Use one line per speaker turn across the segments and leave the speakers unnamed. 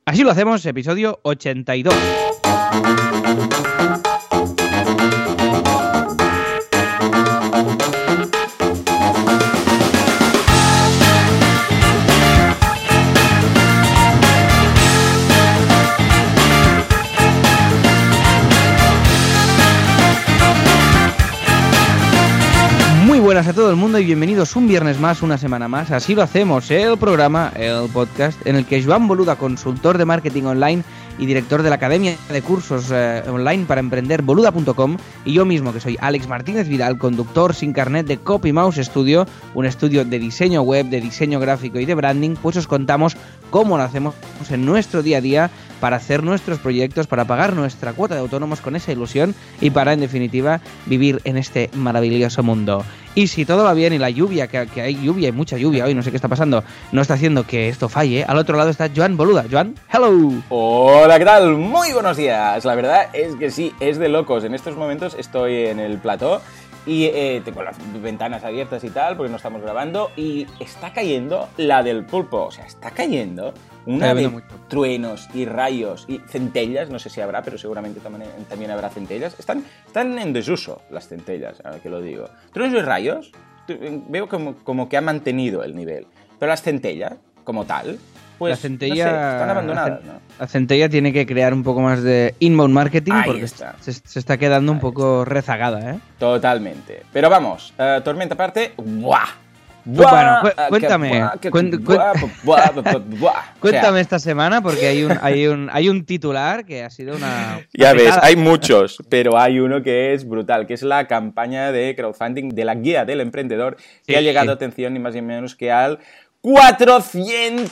Así lo hacemos, episodio 82. Muy buenas a todo el mundo y bienvenidos un viernes más, una semana más. Así lo hacemos, el programa, el podcast, en el que Joan Boluda, consultor de marketing online y director de la Academia de Cursos Online para Emprender, boluda.com, y yo mismo, que soy Alex Martínez Vidal, conductor sin carnet de Copy Mouse Studio, un estudio de diseño web, de diseño gráfico y de branding, pues os contamos cómo lo hacemos en nuestro día a día para hacer nuestros proyectos, para pagar nuestra cuota de autónomos con esa ilusión y para, en definitiva, vivir en este maravilloso mundo. Y si todo va bien y la lluvia, que hay lluvia y mucha lluvia hoy, no sé qué está pasando, no está haciendo que esto falle, al otro lado está Joan Boluda. Joan, hello.
Hola, ¿qué tal? Muy buenos días. La verdad es que sí, es de locos. En estos momentos estoy en el plató y tengo las ventanas abiertas y tal, porque no estamos grabando, y está cayendo la del pulpo. O sea, está cayendo una de truenos y rayos y centellas, no sé si habrá, pero seguramente también habrá centellas. Están en desuso las centellas, ahora que lo digo. Truenos y rayos, veo como que ha mantenido el nivel, pero las centellas, como tal, pues
la centella,
no sé, están abandonadas, ¿no?
La centella tiene que crear un poco más de inbound marketing. Ahí porque está. Se está quedando un poco rezagada, ¿eh?
Totalmente. Pero vamos, tormenta aparte, ¡buah!
Bueno, cuéntame esta semana, porque hay un titular que ha sido una...
Ya ves, hay muchos, pero hay uno que es brutal, que es la campaña de crowdfunding de la guía del emprendedor, que ha llegado, atención, ni más ni menos que al 400%.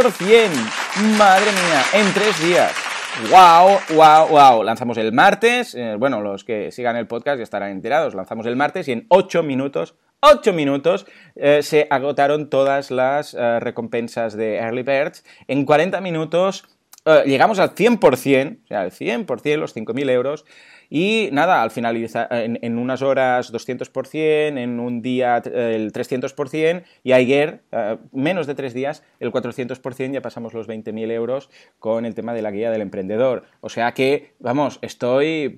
Madre mía, en 3 días. ¡Wow! Lanzamos el martes, bueno, los que sigan el podcast ya estarán enterados, lanzamos el martes y en 8 minutos se agotaron todas las recompensas de Early Birds. En 40 minutos llegamos al 100%, o sea, al 100%, los 5.000 euros. Y nada, al finalizar, en unas horas 200%, en un día el 300%, y ayer, menos de 3 días, el 400%, ya pasamos los 20.000 euros con el tema de la guía del emprendedor. O sea que, vamos, estoy...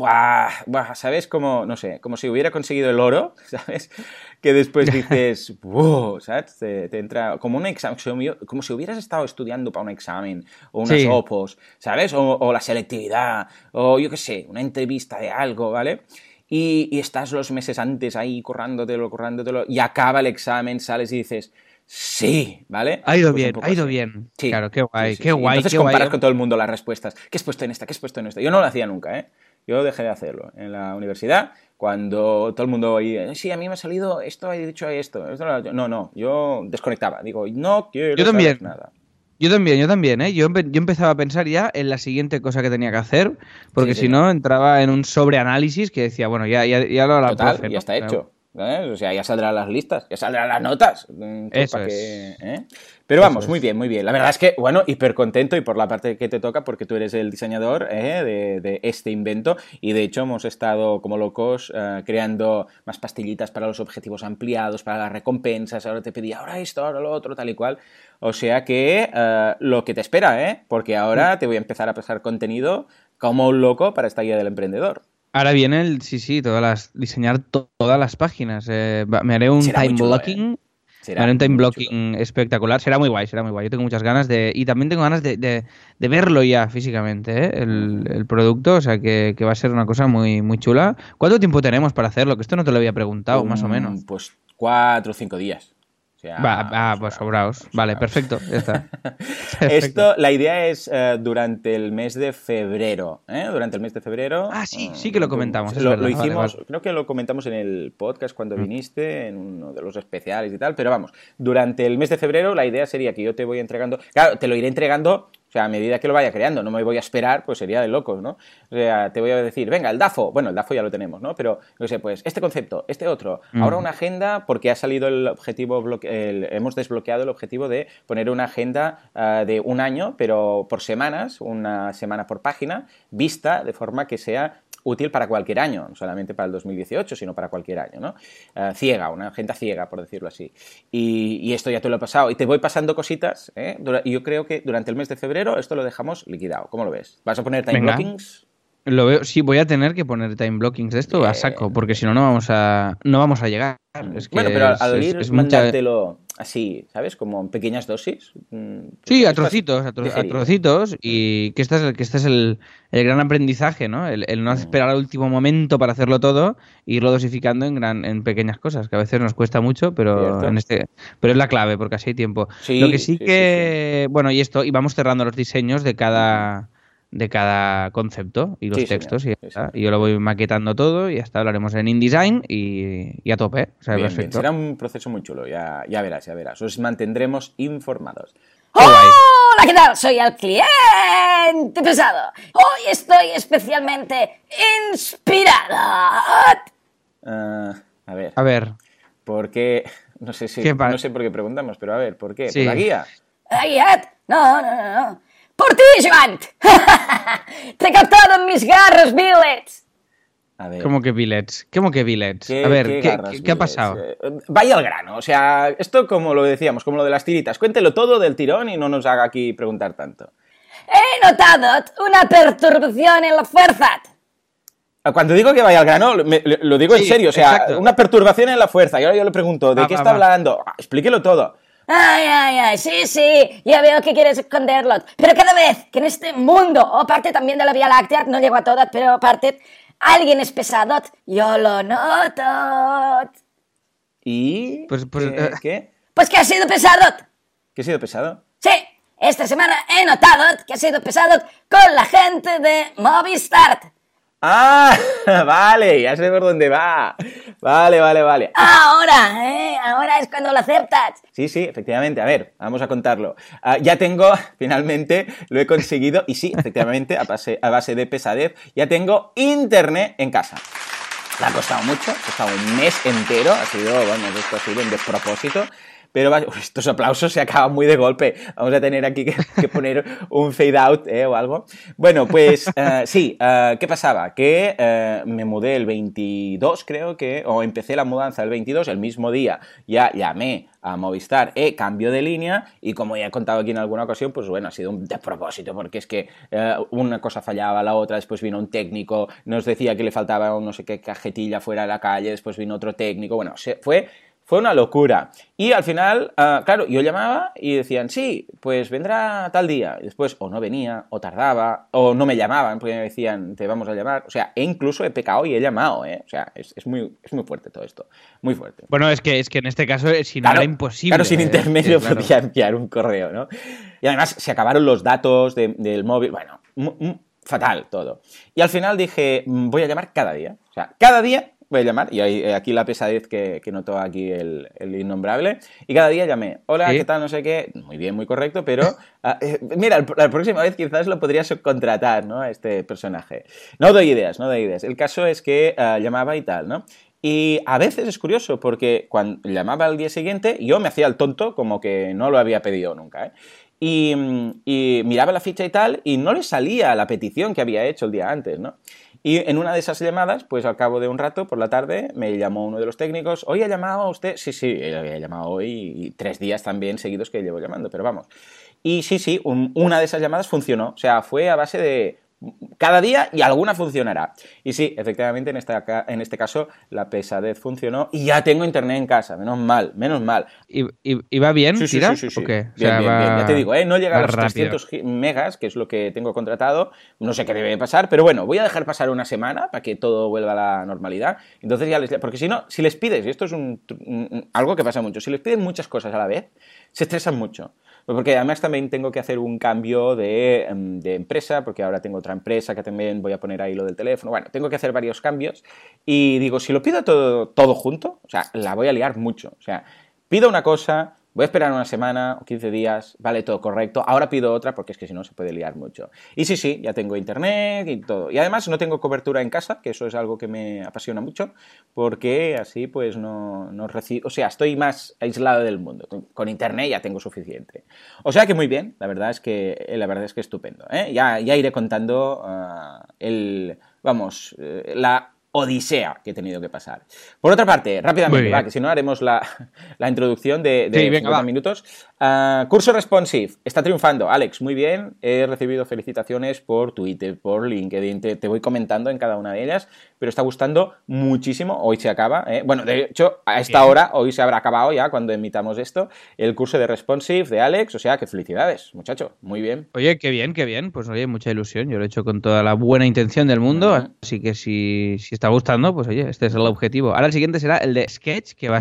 ¿Sabes? Como, no sé, como si hubiera conseguido el oro, ¿sabes? Que después dices, wow, ¿sabes? Te entra como un examen, como si hubieras estado estudiando para un examen, o unas OPOs, ¿sabes? O la selectividad, o yo qué sé, una entrevista de algo, ¿vale? Y estás los meses antes ahí currándotelo, y acaba el examen, sales y dices, sí, ¿vale?
Ha ido bien. Sí. Claro, qué guay, qué guay.
Entonces comparas con todo el mundo las respuestas. ¿Qué has puesto en esta? Yo no lo hacía nunca, ¿eh? Yo dejé de hacerlo en la universidad, cuando todo el mundo oía, sí, a mí me ha salido esto, he dicho esto. No, yo desconectaba. Digo, no quiero saber nada.
Yo también, ¿eh? Yo empezaba a pensar ya en la siguiente cosa que tenía que hacer, porque si no entraba en un sobreanálisis que decía, bueno, ya lo hará el profe,
ya está hecho. ¿Eh? O sea, ya saldrán las listas, ya saldrán las notas.
Eso
es.
¿eh?
Pero vamos, muy bien. La verdad es que, bueno, hiper contento y por la parte que te toca, porque tú eres el diseñador de este invento, y de hecho hemos estado como locos creando más pastillitas para los objetivos ampliados, para las recompensas. Ahora te pedí, ahora esto, ahora lo otro, tal y cual. O sea que lo que te espera, porque ahora te voy a empezar a pasar contenido como un loco para esta guía del emprendedor.
Ahora viene diseñar todas las páginas. Me haré un time blocking. Me haré un time blocking espectacular. Será muy guay. Yo tengo muchas ganas y también tengo ganas de verlo ya físicamente, el producto. O sea que va a ser una cosa muy, muy chula. ¿Cuánto tiempo tenemos para hacerlo? Que esto no te lo había preguntado, más o menos.
Pues 4 o 5 días.
Pues sobraos. Vale, perfecto, ya está.
Esto, la idea es durante el mes de febrero. Durante el mes de febrero.
Sí que lo comentamos.
Lo hicimos, vale. Creo que lo comentamos en el podcast cuando viniste, en uno de los especiales y tal. Pero vamos, durante el mes de febrero la idea sería que yo te voy entregando. Claro, te lo iré entregando. O sea, a medida que lo vaya creando, no me voy a esperar, pues sería de locos, ¿no? O sea, te voy a decir, venga, el DAFO. Bueno, el DAFO ya lo tenemos, ¿no? Pero, no sé, pues este concepto, este otro. Ahora una agenda, porque ha salido el objetivo, hemos desbloqueado el objetivo de poner una agenda de un año, pero por semanas, una semana por página, vista de forma que sea útil para cualquier año, no solamente para el 2018, sino para cualquier año, ¿no? Ciega, una agenda ciega, por decirlo así. Y esto ya te lo he pasado. Y te voy pasando cositas, ¿eh? Y yo creo que durante el mes de febrero esto lo dejamos liquidado. ¿Cómo lo ves? ¿Vas a poner time blockings?
Lo veo, sí, voy a tener que poner time blockings de esto a saco, porque si no, no vamos a llegar. Es que
bueno, pero al ir
es
mandártelo así, ¿sabes? Como en pequeñas dosis.
Sí, a trocitos, a trocitos, y que este es el gran aprendizaje, ¿no? El no esperar al último momento para hacerlo todo e irlo dosificando en pequeñas cosas, que a veces nos cuesta mucho, pero pero es la clave, porque así hay tiempo.
Sí,
Lo que sí. Bueno, y vamos cerrando los diseños de cada concepto y los textos,
señor.
Y yo lo voy maquetando todo y hasta hablaremos en InDesign y a tope. O sea,
bien. Será un proceso muy chulo, ya verás. Os mantendremos informados.
¡Hola! ¿Qué tal? Soy el cliente pesado. Hoy estoy especialmente inspirado.
A ver. ¿Por qué? No sé por qué preguntamos, pero a ver, ¿por qué?
Sí.
¿Por la guía?
¿La guía? No. ¡Por ti, Joan! ¡Te he captado en mis garras, billets!
A ver.
¿Cómo que billets? A ver, ¿qué ha pasado?
Vaya al grano, o sea, esto como lo decíamos, como lo de las tiritas, cuéntelo todo del tirón y no nos haga aquí preguntar tanto.
He notado una perturbación en la fuerza.
Cuando digo que vaya al grano, lo digo en serio, o sea, exacto. Una perturbación en la fuerza, y ahora yo le pregunto, ¿de qué está hablando? Explíquelo todo.
Ay, sí, ya veo que quieres esconderlo. Pero cada vez que en este mundo, o parte también de la Vía Láctea, no llego a todas, pero aparte, alguien es pesado, yo lo noto.
¿Y? ¿Qué?
Pues que ha sido pesado.
¿Que ha sido pesado?
Sí, esta semana he notado que ha sido pesado con la gente de Movistar.
Ah, vale, ya sé por dónde va. Vale.
Ahora es cuando lo aceptas.
Sí, efectivamente. A ver, vamos a contarlo. Ya tengo, finalmente, lo he conseguido. Y sí, efectivamente, a base de pesadez, ya tengo internet en casa. Me ha costado mucho, ha costado un mes entero. Esto ha sido un despropósito. Pero estos aplausos se acaban muy de golpe. Vamos a tener aquí que poner un fade out o algo. Bueno, pues sí, ¿qué pasaba? Que me mudé el 22, creo que, o empecé la mudanza el 22, el mismo día ya llamé a Movistar, cambio de línea, y como ya he contado aquí en alguna ocasión, pues bueno, ha sido un despropósito, porque es que una cosa fallaba, la otra, después vino un técnico, nos decía que le faltaba no sé qué cajetilla fuera de la calle, después vino otro técnico, bueno, fue una locura. Y al final, claro, yo llamaba y decían, sí, pues vendrá tal día. Y después o no venía, o tardaba, o no me llamaban porque me decían, te vamos a llamar. O sea, incluso he pecado y he llamado, O sea, es muy fuerte todo esto. Muy fuerte.
Bueno, es que en este caso, si no era imposible.
Claro, sin intermedio podía enviar un correo, ¿no? Y además se acabaron los datos del móvil. Bueno, fatal todo. Y al final dije, voy a llamar cada día. O sea, cada día voy a llamar, y aquí la pesadez que notó aquí el innombrable, y cada día llamé, hola, ¿sí? ¿Qué tal? No sé qué, muy bien, muy correcto, pero mira, la próxima vez quizás lo podría subcontratar, ¿no? A este personaje. No doy ideas. El caso es que llamaba y tal, ¿no? Y a veces es curioso, porque cuando llamaba al día siguiente, yo me hacía el tonto, como que no lo había pedido nunca, Y miraba la ficha y tal, y no le salía la petición que había hecho el día antes, ¿no? Y en una de esas llamadas, pues al cabo de un rato, por la tarde, me llamó uno de los técnicos. ¿Hoy ha llamado usted? Sí, he llamado hoy y 3 días también seguidos que llevo llamando, pero vamos. Y sí, una de esas llamadas funcionó. O sea, fue a base de cada día y alguna funcionará. Y sí, efectivamente, en este caso, la pesadez funcionó y ya tengo internet en casa. Menos mal.
¿Y va bien?
Sí.
¿O qué?
Bien. Ya te digo, no llega a los 300 megas, que es lo que tengo contratado. No sé qué debe pasar, pero bueno, voy a dejar pasar una semana para que todo vuelva a la normalidad. Entonces porque si no, si les pides, y esto es algo que pasa mucho, si les piden muchas cosas a la vez, se estresan mucho. Porque además también tengo que hacer un cambio de empresa, porque ahora tengo otra empresa que también voy a poner ahí lo del teléfono. Bueno, tengo que hacer varios cambios y digo, si lo pido todo junto, o sea, la voy a liar mucho. O sea, pido una cosa, voy a esperar una semana o 15 días, vale, todo correcto, ahora pido otra porque es que si no se puede liar mucho. Y sí, ya tengo internet y todo. Y además no tengo cobertura en casa, que eso es algo que me apasiona mucho, porque así pues no recibo, o sea, estoy más aislado del mundo. Con internet ya tengo suficiente. O sea que muy bien, la verdad es que estupendo, ¿eh? Ya iré contando la odisea que he tenido que pasar. Por otra parte, rápidamente, que si no haremos la introducción de 50 minutos. Curso Responsive, está triunfando. Alex, muy bien. He recibido felicitaciones por Twitter, por LinkedIn. Te voy comentando en cada una de ellas, pero está gustando muchísimo. Hoy se acaba. Bueno, de hecho, a esta hora, hoy se habrá acabado ya cuando emitamos esto, el curso de Responsive de Alex. O sea, que felicidades, muchacho. Muy bien.
Oye, qué bien. Pues oye, mucha ilusión. Yo lo he hecho con toda la buena intención del mundo. Así que si está gustando, pues oye, este es el objetivo. Ahora el siguiente será el de Sketch, que va a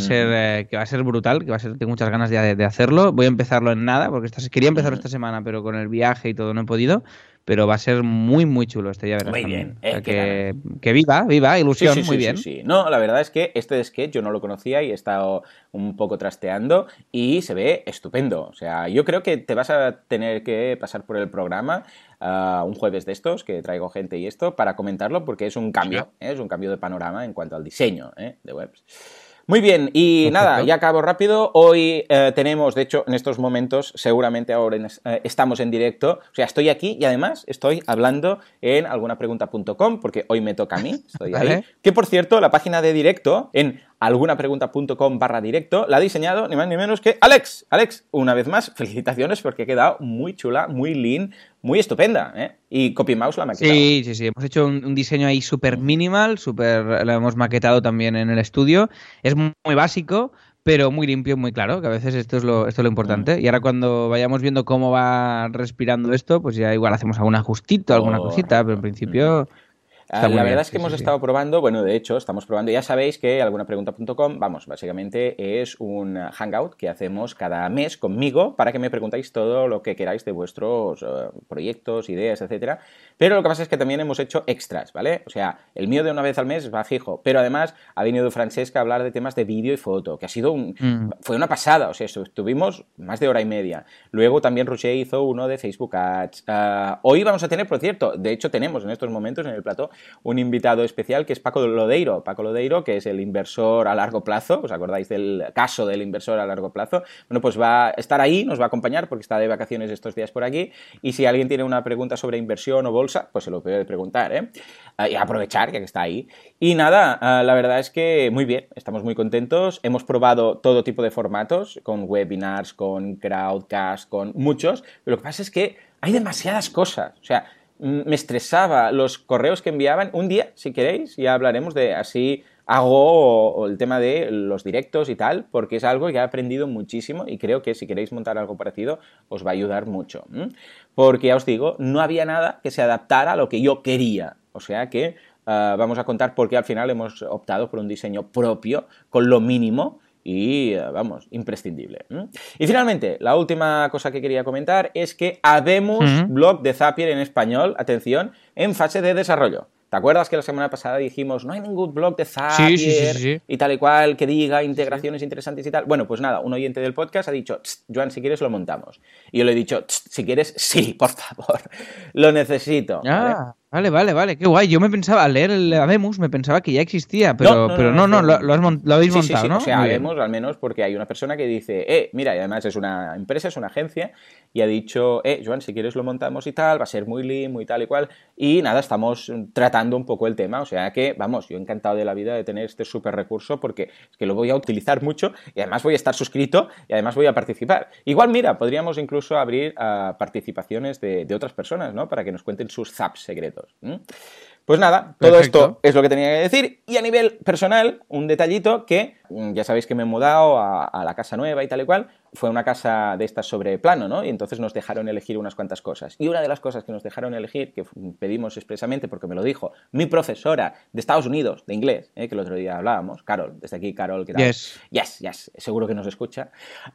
ser brutal, tengo muchas ganas de hacerlo. Voy a empezarlo en nada, porque quería empezarlo esta semana, pero con el viaje y todo no he podido. Pero va a ser muy, muy chulo ya verás.
Muy bien.
O sea, que viva, ilusión, muy bien.
Sí. No, la verdad es que este de Sketch yo no lo conocía y he estado un poco trasteando y se ve estupendo. O sea, yo creo que te vas a tener que pasar por el programa un jueves de estos, que traigo gente y esto, para comentarlo, porque es un cambio, es un cambio de panorama en cuanto al diseño de webs. Muy bien, y perfecto. Nada, ya acabo rápido. Hoy tenemos, de hecho, en estos momentos, seguramente ahora estamos en directo. O sea, estoy aquí y además estoy hablando en algunapregunta.com, porque hoy me toca a mí, estoy ahí. Que, por cierto, la página de directo en algunapregunta.com/directo la ha diseñado ni más ni menos que Alex. Alex, una vez más, felicitaciones porque ha quedado muy chula, muy lean, muy estupenda, ¿eh? Y CopyMouse la ha maquetado.
Sí. Hemos hecho un diseño ahí súper minimal, lo hemos maquetado también en el estudio. Es muy básico, pero muy limpio, muy claro, que a veces esto es lo importante. Y ahora cuando vayamos viendo cómo va respirando esto, pues ya igual hacemos algún ajustito, alguna cosita, pero en principio...
La verdad es que hemos estado probando, bueno, de hecho, estamos probando, ya sabéis que algunapregunta.com, básicamente es un hangout que hacemos cada mes conmigo para que me preguntáis todo lo que queráis de vuestros proyectos, ideas, etcétera. Pero lo que pasa es que también hemos hecho extras, ¿vale? O sea, el mío de una vez al mes va fijo, pero además ha venido Francesca a hablar de temas de vídeo y foto, que ha sido fue una pasada, o sea, estuvimos más de hora y media. Luego también Roger hizo uno de Facebook Ads. Hoy vamos a tener, por cierto, de hecho tenemos en estos momentos en el plató un invitado especial que es Paco Lodeiro. Paco Lodeiro, que es el inversor a largo plazo. ¿Os acordáis del caso del inversor a largo plazo? Bueno, pues va a estar ahí, nos va a acompañar porque está de vacaciones estos días por aquí. Y si alguien tiene una pregunta sobre inversión o bolsa, pues se lo puede preguntar, ¿eh? Y aprovechar que está ahí. Y nada, la verdad es que muy bien, estamos muy contentos. Hemos probado todo tipo de formatos, con webinars, con crowdcast, con muchos. Pero lo que pasa es que hay demasiadas cosas. O sea, me estresaba los correos que enviaban. Un día, si queréis, ya hablaremos de así hago el tema de los directos y tal, porque es algo que he aprendido muchísimo y creo que si queréis montar algo parecido os va a ayudar mucho. Porque ya os digo, no había nada que se adaptara a lo que yo quería. O sea que vamos a contar por qué al final hemos optado por un diseño propio con lo mínimo y, vamos, imprescindible. Y finalmente, la última cosa que quería comentar es que habemos blog de Zapier en español, atención, en fase de desarrollo. ¿Te acuerdas que la semana pasada dijimos no hay ningún blog de Zapier
sí.
y tal y cual que diga integraciones interesantes y tal? Bueno, pues nada, un oyente del podcast ha dicho, Joan, si quieres lo montamos. Y yo le he dicho, si quieres, sí, por favor, lo necesito.
Vale, qué guay. Yo me pensaba, al leer el Habemos, me pensaba que ya existía, pero no, lo habéis montado, ¿no?
O sea, Habemos al menos porque hay una persona que dice, mira, y además es una empresa, es una agencia, y ha dicho, Joan, si quieres lo montamos y tal, va a ser muy lean, muy tal y cual, y nada, estamos tratando un poco el tema, o sea que, vamos, yo encantado de la vida de tener este súper recurso porque es que lo voy a utilizar mucho y además voy a estar suscrito y además voy a participar. Igual, mira, podríamos incluso abrir participaciones de otras personas, ¿no? Para que nos cuenten sus zaps secretos. Pues nada, todo esto es lo que tenía que decir. Y a nivel personal, un detallito que ya sabéis que me he mudado a la casa nueva y tal y cual. Fue una casa de estas sobre plano, ¿no? Y entonces nos dejaron elegir unas cuantas cosas. Y una de las cosas que nos dejaron elegir, que pedimos expresamente porque me lo dijo mi profesora de Estados Unidos, de inglés, que el otro día hablábamos, Carol, desde aquí, Carol, ¿qué tal? Yes, seguro que nos escucha.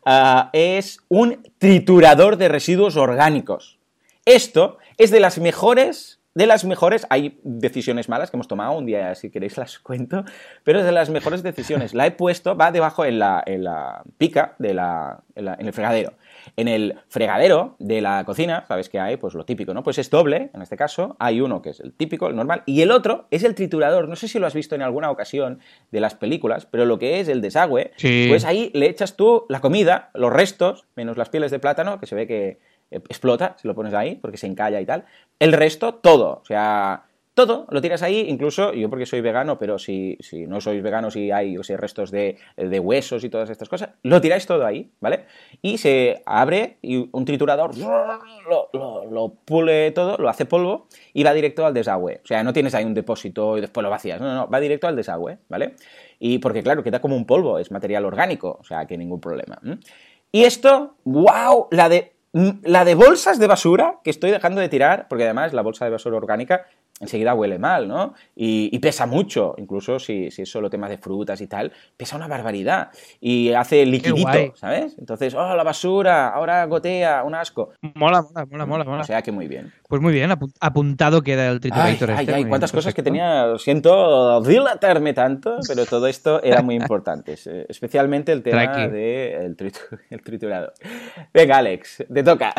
Es un triturador de residuos orgánicos. Esto es de las mejores de las mejores, hay decisiones malas que hemos tomado, un día si queréis las cuento, pero es de las mejores decisiones. La he puesto, va debajo en la pica, en el fregadero. En el fregadero de la cocina, ¿sabes qué hay? Pues lo típico, ¿no? Pues es doble, en este caso, hay uno que es el típico, el normal, y el otro es el triturador. No sé si lo has visto en alguna ocasión de las películas, pero lo que es el desagüe,
sí.
Pues ahí le echas tú la comida, los restos, menos las pieles de plátano, que se ve que explota si lo pones ahí, porque se encalla y tal. El resto, todo. O sea, todo lo tiras ahí, incluso, yo porque soy vegano, pero si no sois veganos y hay restos de huesos y todas estas cosas, lo tiráis todo ahí, ¿vale? Y se abre y un triturador lo pule todo, lo hace polvo y va directo al desagüe. O sea, no tienes ahí un depósito y después lo vacías. No, va directo al desagüe, ¿vale? Y porque, claro, queda como un polvo, es material orgánico, o sea, que ningún problema. Y esto, ¡wow! La de bolsas de basura que estoy dejando de tirar, porque además la bolsa de basura orgánica enseguida huele mal, ¿no? Y pesa mucho, incluso si es solo temas de frutas y tal, pesa una barbaridad. Y hace liquidito, ¿sabes? Entonces, la basura, ahora gotea, un asco.
Mola.
O sea que muy bien.
Pues muy bien, apuntado queda el triturator.
Ay, cuántas cosas que tenía, lo siento dilatarme tanto, pero todo esto era muy importante, especialmente el tema del triturador. Venga, Alex, te toca.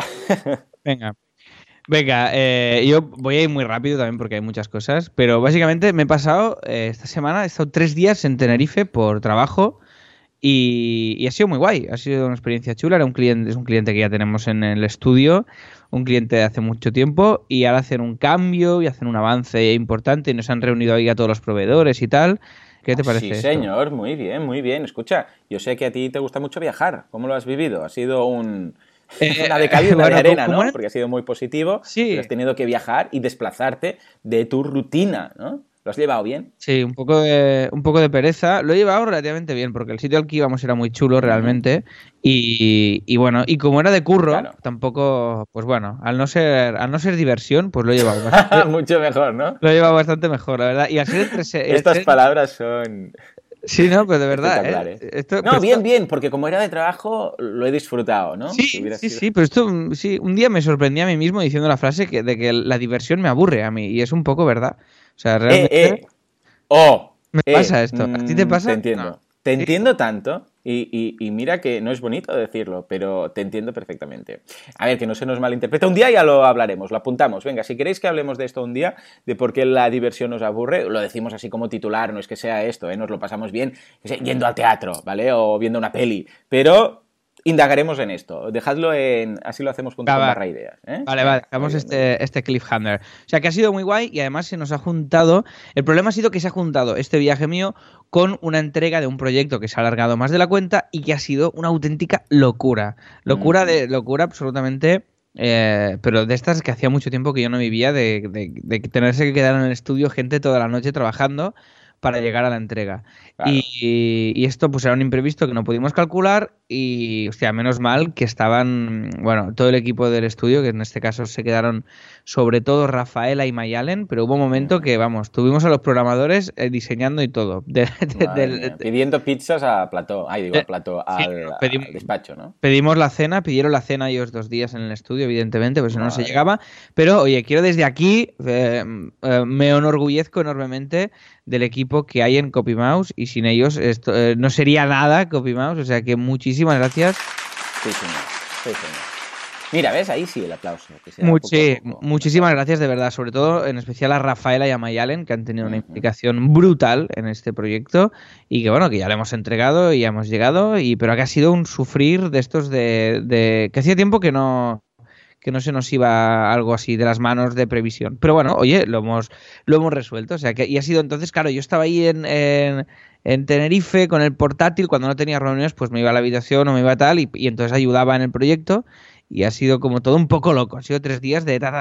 Venga, yo voy a ir muy rápido también porque hay muchas cosas, pero básicamente me he pasado, esta semana, he estado 3 días en Tenerife por trabajo y ha sido muy guay, ha sido una experiencia chula. Es un cliente que ya tenemos en el estudio, un cliente de hace mucho tiempo, y ahora hacen un cambio y hacen un avance importante y nos han reunido ahí a todos los proveedores y tal. ¿Qué te parece?
Sí, señor, muy bien, muy bien. Escucha, yo sé que a ti te gusta mucho viajar, ¿cómo lo has vivido? Ha sido una de cal y una de arena, ¿no? Porque ha sido muy positivo,
sí.
Pero has tenido que viajar y desplazarte de tu rutina, ¿no? ¿Lo has llevado bien?
Sí, un poco de pereza. Lo he llevado relativamente bien, porque el sitio al que íbamos era muy chulo realmente. Y bueno, y como era de curro, claro, tampoco, pues bueno, al no ser diversión, pues lo he llevado bastante.
Mucho mejor, ¿no?
Lo he llevado bastante mejor, la verdad. Y al ser
Estas palabras son...
Sí, no, pero de verdad,
Esto, no, bien, porque como era de trabajo, lo he disfrutado, ¿no?
Sí, pero esto, sí, un día me sorprendí a mí mismo diciendo la frase de que la diversión me aburre a mí, y es un poco verdad. O sea, realmente... me pasa esto. ¿A ti te pasa?
Te entiendo. No. Te entiendo tanto, y mira que no es bonito decirlo, pero te entiendo perfectamente. A ver, que no se nos malinterpreta. Un día ya lo hablaremos, lo apuntamos. Venga, si queréis que hablemos de esto un día, de por qué la diversión nos aburre, lo decimos así como titular, no es que sea esto, nos lo pasamos bien yendo al teatro, ¿vale? O viendo una peli, pero... indagaremos en esto. Dejadlo así lo hacemos junto con Barra Ideas.
Vale, dejamos este cliffhanger. O sea, que ha sido muy guay y además se nos ha juntado... El problema ha sido que se ha juntado este viaje mío con una entrega de un proyecto que se ha alargado más de la cuenta y que ha sido una auténtica locura. Locura absolutamente... pero de estas que hacía mucho tiempo que yo no vivía, de tenerse que quedar en el estudio gente toda la noche trabajando para llegar a la entrega. Claro. Y esto pues era un imprevisto que no pudimos calcular y, hostia, menos mal que estaban, bueno, todo el equipo del estudio, que en este caso se quedaron sobre todo Rafaela y Mayalen, pero hubo un momento que, vamos, tuvimos a los programadores diseñando y todo.
Pidiendo pizzas a plató, al despacho, ¿no?
Pidieron la cena ellos 2 días en el estudio, evidentemente, pues no se llegaba, pero, oye, quiero desde aquí, me enorgullezco enormemente del equipo que hay en CopyMouse y sin ellos esto no sería nada CopyMouse, o sea que muchísimas gracias.
Sí, señor. Mira, ¿ves? Ahí sí el aplauso.
Muchísimas gracias de verdad, sobre todo en especial a Rafaela y a Mayalen, que han tenido una implicación brutal en este proyecto y que bueno, que ya lo hemos entregado y ya hemos llegado, pero que ha sido un sufrir de estos de que hacía tiempo que no se nos iba algo así de las manos de previsión. Pero bueno, oye, lo hemos resuelto. O sea, que y ha sido entonces, claro, yo estaba ahí en Tenerife con el portátil, cuando no tenía reuniones, pues me iba a la habitación o me iba tal, y entonces ayudaba en el proyecto, y ha sido como todo un poco loco. Ha sido 3 días de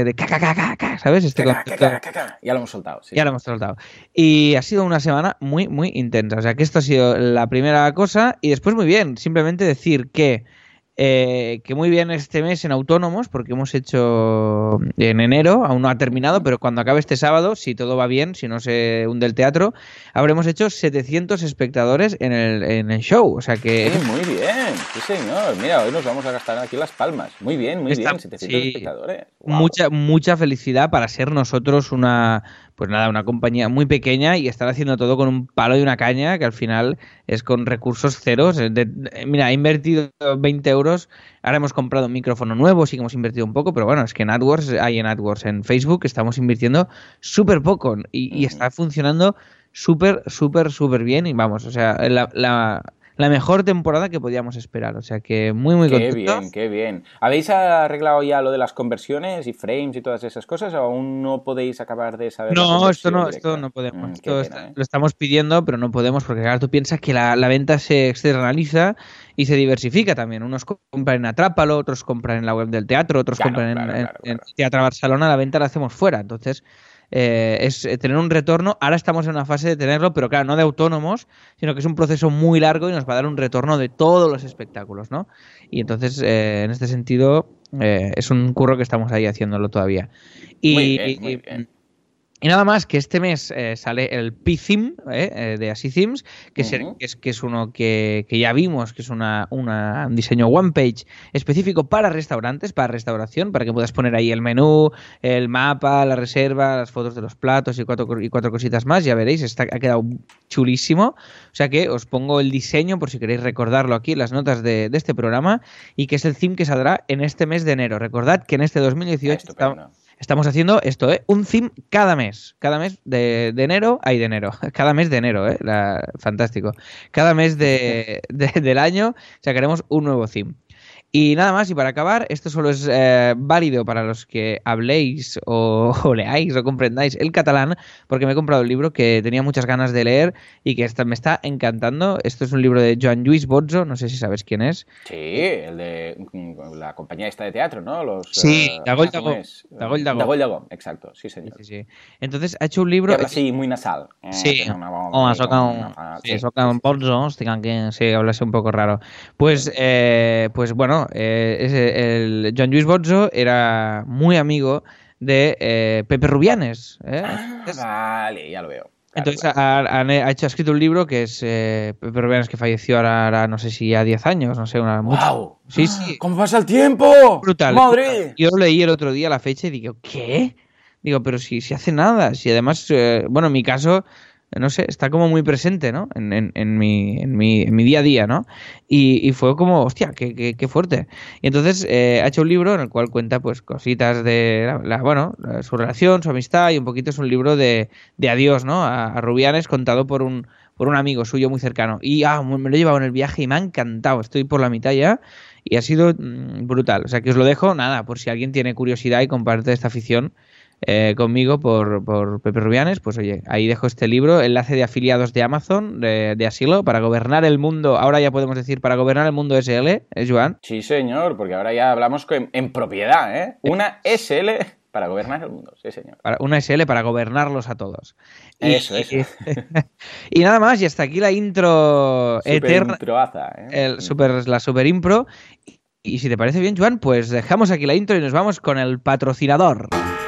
¿sabes?
Ya lo hemos soltado. Sí.
Ya lo hemos soltado. Y ha sido una semana muy, muy intensa. O sea, que esto ha sido la primera cosa, y después muy bien. Simplemente decir que que muy bien este mes en autónomos, porque hemos hecho en enero, aún no ha terminado, pero cuando acabe este sábado, si todo va bien, si no se hunde el teatro, habremos hecho 700 espectadores en el show. O sea que...
Muy bien, sí señor. Mira, hoy nos vamos a gastar aquí las palmas. Muy bien, 700
sí,
espectadores. Wow.
Mucha felicidad para ser nosotros pues nada, una compañía muy pequeña y estar haciendo todo con un palo y una caña, que al final es con recursos ceros. Mira, he invertido 20 euros, ahora hemos comprado un micrófono nuevo, sí que hemos invertido un poco, pero bueno, es que en Facebook estamos invirtiendo súper poco y está funcionando súper bien y vamos, o sea, la mejor temporada que podíamos esperar, o sea que muy contentos.
Qué bien. ¿Habéis arreglado ya lo de las conversiones y frames y todas esas cosas o aún no podéis acabar de saber?
No, esto no podemos. Lo estamos pidiendo, pero no podemos porque claro, tú piensas que la venta se externaliza y se diversifica también. Unos compran en Atrápalo, otros compran en la web del teatro, otros compran en Teatro Barcelona, la venta la hacemos fuera. Entonces, es tener un retorno. Ahora estamos en una fase de tenerlo, pero claro, no de autónomos, sino que es un proceso muy largo y nos va a dar un retorno de todos los espectáculos, ¿no? Y entonces, en este sentido, es un curro que estamos ahí haciéndolo todavía.
Muy bien.
Y nada más que este mes sale el P-Theme de Así Themes, que es uno que ya vimos, que es un diseño one page específico para restaurantes, para restauración, para que puedas poner ahí el menú, el mapa, la reserva, las fotos de los platos y cuatro cositas más. Ya veréis, ha quedado chulísimo. O sea que os pongo el diseño por si queréis recordarlo aquí en las notas de este programa y que es el theme que saldrá en este mes de enero. Recordad que en este 2018 estamos haciendo esto, un theme cada mes de enero, cada mes de enero, fantástico. Cada mes del año sacaremos un nuevo theme. Y nada más, y para acabar, esto solo es válido para los que habléis o leáis o comprendáis el catalán, porque me he comprado el libro que tenía muchas ganas de leer y que me está encantando. Esto es un libro de Joan Lluís Bozzo, no sé si sabes quién es.
Sí, el de la compañía esta de teatro, ¿no?
Sí, Dagoll Dagó,
exacto, sí señor.
Sí. Entonces ha hecho un libro...
Que habla así muy nasal.
Sí, un Bozzo, sí, habla así un poco raro. Pues bueno, el Joan Lluís Bozzo era muy amigo de Pepe Rubianes.
Vale, ya lo veo.
Entonces ha escrito un libro que es Pepe Rubianes, que falleció ahora no sé si ya 10 años, no sé,
¡Wow!
Sí.
¿Cómo pasa el tiempo?
Brutal.
¡Madre!
Yo lo leí el otro día la fecha y digo, ¿qué? Digo, pero si hace nada, si además, bueno, en mi caso, no sé, está como muy presente, ¿no? En mi día a día, ¿no? Y fue como, hostia, qué fuerte. Y entonces ha hecho un libro en el cual cuenta, pues, cositas de, su relación, su amistad y un poquito es un libro de adiós, ¿no? A Rubianes contado por un amigo suyo muy cercano. Y me lo he llevado en el viaje y me ha encantado. Estoy por la mitad ya y ha sido brutal. O sea, que os lo dejo, nada, por si alguien tiene curiosidad y comparte esta afición conmigo por Pepe Rubianes, pues oye, ahí dejo este libro, enlace de afiliados de Amazon, de Asilo, para gobernar el mundo, ahora ya podemos decir, para gobernar el mundo SL, ¿eh, Joan?
Sí, señor, porque ahora ya hablamos en propiedad, ¿eh? Una SL para gobernar el mundo, sí, señor.
Una SL para gobernarlos a todos.
Eso.
Y nada más, y hasta aquí la intro eterna. La super impro. Y si te parece bien, Joan, pues dejamos aquí la intro y nos vamos con el patrocinador.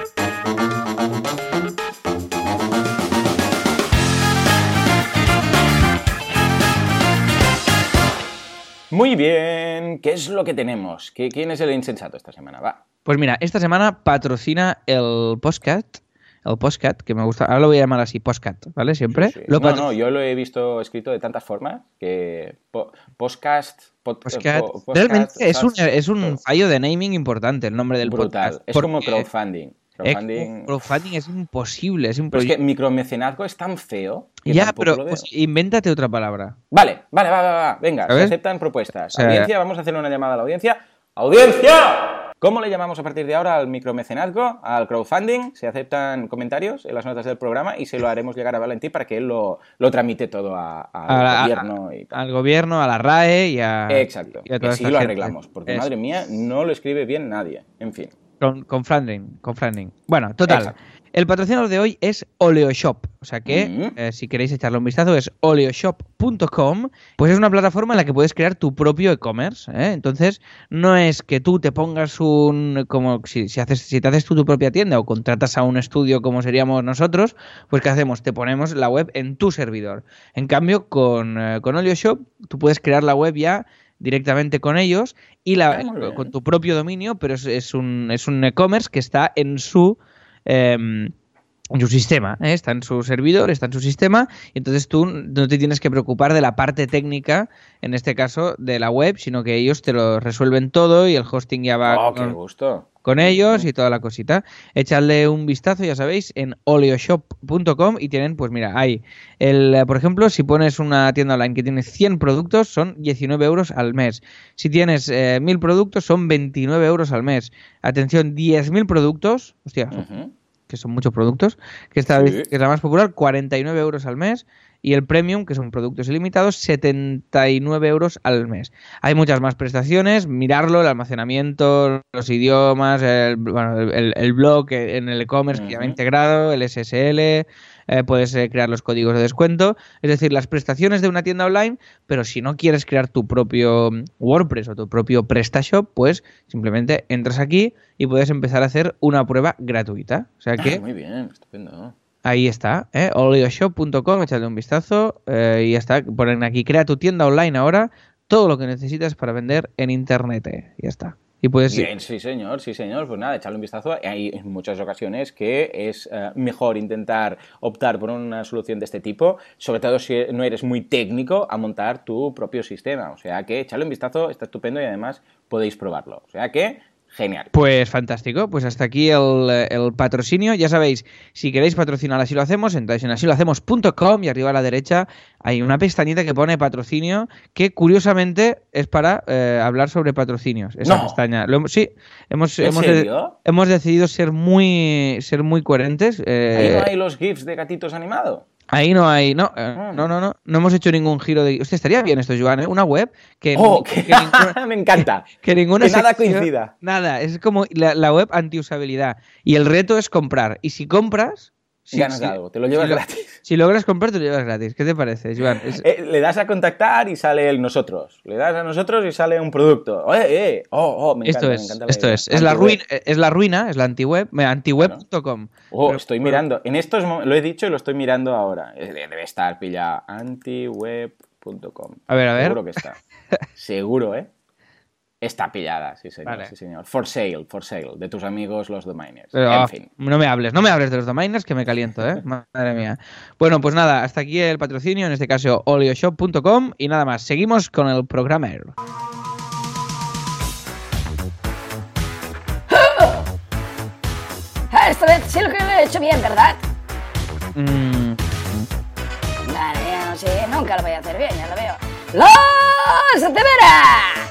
Muy bien, ¿qué es lo que tenemos? ¿Quién es el insensato esta semana? Va.
Pues mira, esta semana patrocina el podcast, que me gusta, ahora lo voy a llamar así, podcast, ¿vale? Siempre.
Sí. No, yo lo he visto escrito de tantas formas que podcast.
Realmente es un fallo de naming importante el nombre del podcast.
Es como crowdfunding.
Crowdfunding es imposible.
Pero es que micromecenazgo es tan feo que
ya, pero pues, invéntate otra palabra.
Vale, va. Venga,
¿sabes?
Se aceptan propuestas. Audiencia, vamos a hacer una llamada a la audiencia. ¡Audiencia! ¿Cómo le llamamos a partir de ahora al micromecenazgo, al crowdfunding? Se aceptan comentarios en las notas del programa y se lo haremos llegar a Valentín para que él lo tramite todo al gobierno. Y tal.
Al gobierno, a la RAE y a...
Exacto,
y a
que sí lo arreglamos, porque sí. Madre mía, no lo escribe bien nadie. En fin.
Con Flandring. Bueno, total.
Exacto.
El patrocinador de hoy es Oleoshop. O sea que, si queréis echarle un vistazo, es oleoshop.com. Pues es una plataforma en la que puedes crear tu propio e-commerce, ¿eh? Entonces, no es que tú te pongas como si te haces tú tu propia tienda o contratas a un estudio como seríamos nosotros, pues ¿qué hacemos? Te ponemos la web en tu servidor. En cambio, con Oleoshop, tú puedes crear la web ya directamente con ellos y con tu propio dominio, pero es un e-commerce que está en su sistema, ¿eh? Está en su servidor, está en su sistema, y entonces tú no te tienes que preocupar de la parte técnica, en este caso de la web, sino que ellos te lo resuelven todo y el hosting ya va
¡Qué gusto!
con ellos y toda la cosita. Echadle un vistazo, ya sabéis, en oleoshop.com y tienen, pues mira, ahí, por ejemplo, si pones una tienda online que tiene 100 productos, son 19 euros al mes. Si tienes 1000 productos, son 29 euros al mes. Atención, 10.000 productos, hostia, que son muchos productos, que esta vez que es la más popular, 49 euros al mes. Y el Premium, que son productos ilimitados, 79 euros al mes. Hay muchas más prestaciones, mirarlo, el almacenamiento, los idiomas, el blog en el e-commerce que ya va integrado, el SSL, puedes crear los códigos de descuento, es decir, las prestaciones de una tienda online, pero si no quieres crear tu propio WordPress o tu propio PrestaShop, pues simplemente entras aquí y puedes empezar a hacer una prueba gratuita. O sea que...
Muy bien, estupendo.
Ahí está, oleoshop.com, echadle un vistazo y ya está. Ponen aquí, crea tu tienda online ahora, todo lo que necesitas para vender en internet. Ya está. Y puedes...
Bien, sí señor. Pues nada, echarle un vistazo. Hay en muchas ocasiones que es mejor intentar optar por una solución de este tipo, sobre todo si no eres muy técnico, a montar tu propio sistema. O sea que echarle un vistazo, está estupendo y además podéis probarlo. O sea que... genial.
Pues fantástico, pues hasta aquí el patrocinio. Ya sabéis, si queréis patrocinar Así lo hacemos, entráis en asilohacemos.com y arriba a la derecha hay una pestañita que pone patrocinio, que curiosamente es para hablar sobre patrocinios. Esa pestaña. Hemos decidido ser muy coherentes.
Ahí no hay los GIFs de gatitos animados.
Ahí no hay, no hemos hecho ningún giro de... Hostia, estaría bien esto, Joan, ¿eh? Una web que...
me encanta.
Que ninguna
nada coincida.
Nada, es como la web antiusabilidad. Y el reto es comprar. Y si compras...
ganas algo, te lo llevas gratis.
Si logras comprar, te lo llevas gratis. ¿Qué te parece, Joan?
Le das a contactar y sale el nosotros. Le das a nosotros y sale un producto. Me encanta.
Es la ruina, es la antiweb, antiweb.com.
Estoy mirando. En estos lo he dicho y lo estoy mirando ahora. Debe estar pillado. Antiweb.com.
A ver.
Seguro que está. Seguro, ¿eh? Está pillada, sí señor,
vale.
Sí señor. For sale, de tus amigos los domainers.
En fin. No me hables de los domainers que me caliento, ¿eh? Madre mía. Bueno, pues nada, hasta aquí el patrocinio, en este caso oleoshop.com y nada más. Seguimos con el programa.
Esta vez sí lo que lo he hecho bien, ¿verdad? Vale, ya no sé, nunca lo voy a hacer bien, ya lo veo. ¡Los deberes!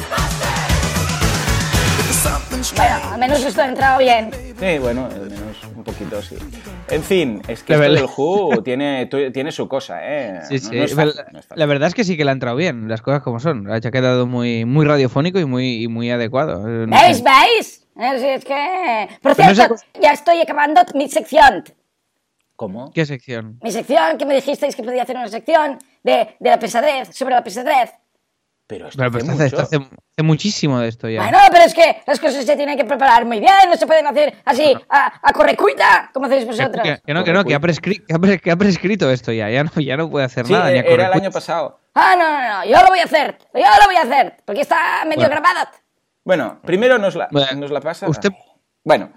Bueno, al menos esto ha entrado bien.
Sí, bueno, al menos un poquito sí. En fin, es que esto del Who tiene su cosa, ¿eh?
Sí. No es fácil. La verdad es que sí que le ha entrado bien, las cosas como son. Ha quedado muy radiofónico y muy adecuado.
¿Veis? Es que... Por cierto, ya estoy acabando mi sección.
¿Cómo?
¿Qué sección?
Mi sección, que me dijisteis que podía hacer una sección de la pesadez, sobre la pesadez.
Pero esto hace
muchísimo de esto ya.
Bueno, pero es que las cosas se tienen que preparar muy bien, no se pueden hacer así, a correcuita, como hacéis vosotros.
Que ha prescrito esto ya no puede hacer nada.
Sí, era el año pasado.
No, yo lo voy a hacer, porque está medio grabado.
Bueno, primero nos la pasa.
Usted...
Bueno,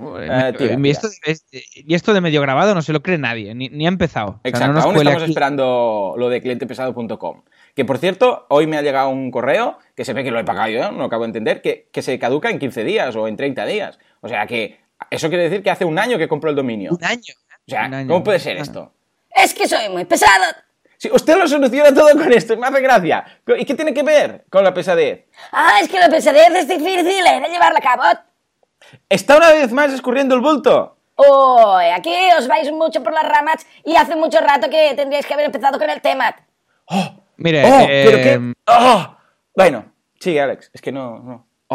y esto de medio grabado no se lo cree nadie, ni ha empezado.
Exacto, aún estamos esperando lo de clientepesado.com. Que, por cierto, hoy me ha llegado un correo, que se ve que lo he pagado yo, no lo acabo de entender, que se caduca en 15 días o en 30 días. O sea que eso quiere decir que hace un año que compró el dominio.
¿Un año?
O sea, ¿cómo puede ser esto?
Es que soy muy pesado.
Sí, usted lo soluciona todo con esto, me hace gracia. ¿Y qué tiene que ver con la pesadez?
Es que la pesadez es difícil de llevarla a cabo.
¿Está una vez más escurriendo el bulto?
Aquí os vais mucho por las ramas y hace mucho rato que tendríais que haber empezado con el tema.
Mire,
¿pero qué? Bueno, sigue, Alex, es que no.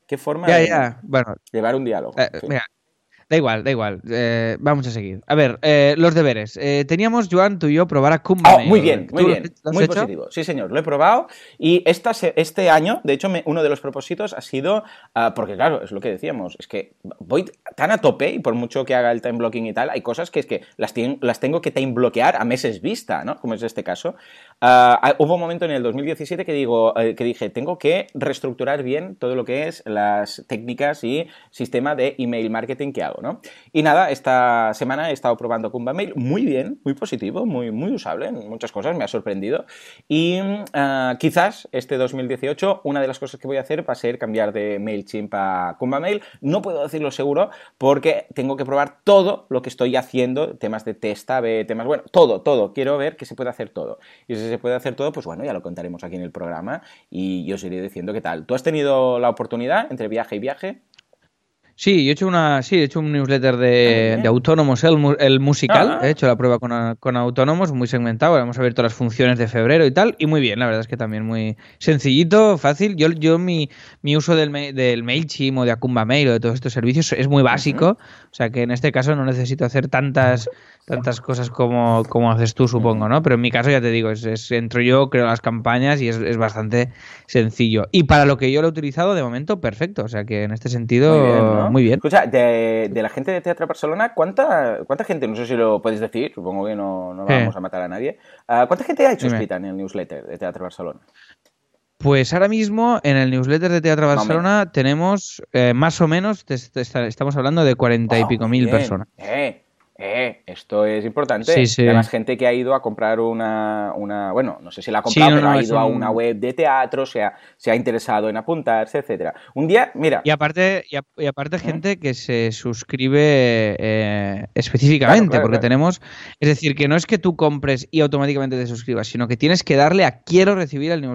Qué forma
Bueno,
llevar un diálogo. Sí.
Mira, da igual. Vamos a seguir. A ver, los deberes. Teníamos, Joan, tú y yo, probar a Kumbamail.
Muy bien.
¿Lo has
Muy
hecho?
positivo. Sí, señor, lo he probado. Y este año, de hecho, uno de los propósitos ha sido, porque claro, es lo que decíamos, es que voy tan a tope, y por mucho que haga el time blocking y tal, hay cosas que es que las tengo que time bloquear a meses vista, ¿no? Como es este caso. Hubo un momento en el 2017 que dije, tengo que reestructurar bien todo lo que es las técnicas y sistema de email marketing que hago, ¿no? Y nada, esta semana he estado probando Kumbamail, muy bien, muy positivo, muy, muy usable en muchas cosas, me ha sorprendido. Y quizás este 2018 una de las cosas que voy a hacer va a ser cambiar de MailChimp a Kumbamail. No puedo decirlo seguro porque tengo que probar todo lo que estoy haciendo, temas de test A/B, temas, bueno, todo. Quiero ver que se puede hacer todo. Y si se puede hacer todo, pues bueno, ya lo contaremos aquí en el programa y yo os iré diciendo qué tal. ¿Tú has tenido la oportunidad entre viaje y viaje?
Sí, he hecho un newsletter de autónomos, el musical. He hecho la prueba con autónomos, muy segmentado. Hemos abierto las funciones de febrero y tal, y muy bien, la verdad es que también muy sencillito, fácil. Mi uso del MailChimp o de Kumbamail o de todos estos servicios es muy básico, o sea que en este caso no necesito hacer tantas cosas como haces tú, supongo, ¿no? Pero en mi caso, ya te digo, entro yo, creo las campañas y es bastante sencillo. Y para lo que yo lo he utilizado, de momento, perfecto. O sea que en este sentido,
muy bien, ¿no?
Muy bien.
Escucha, de la gente de Teatro Barcelona, ¿cuánta gente, no sé si lo podéis decir, supongo que no vamos a matar a nadie, ¿cuánta gente ha hecho suscrita en el newsletter de Teatro Barcelona?
Pues ahora mismo en el newsletter de Teatro Barcelona tenemos más o menos, estamos hablando de 40 y pico mil personas.
Esto es importante.
Sí.
Además, gente que ha ido a comprar bueno, no sé si la ha comprado, pero ha ido a una web de teatro, se ha interesado en apuntarse, etcétera. Un día, mira.
Y aparte gente que se suscribe específicamente, porque tenemos, es decir, que no es que tú compres y automáticamente te suscribas, sino que tienes que darle a quiero recibir el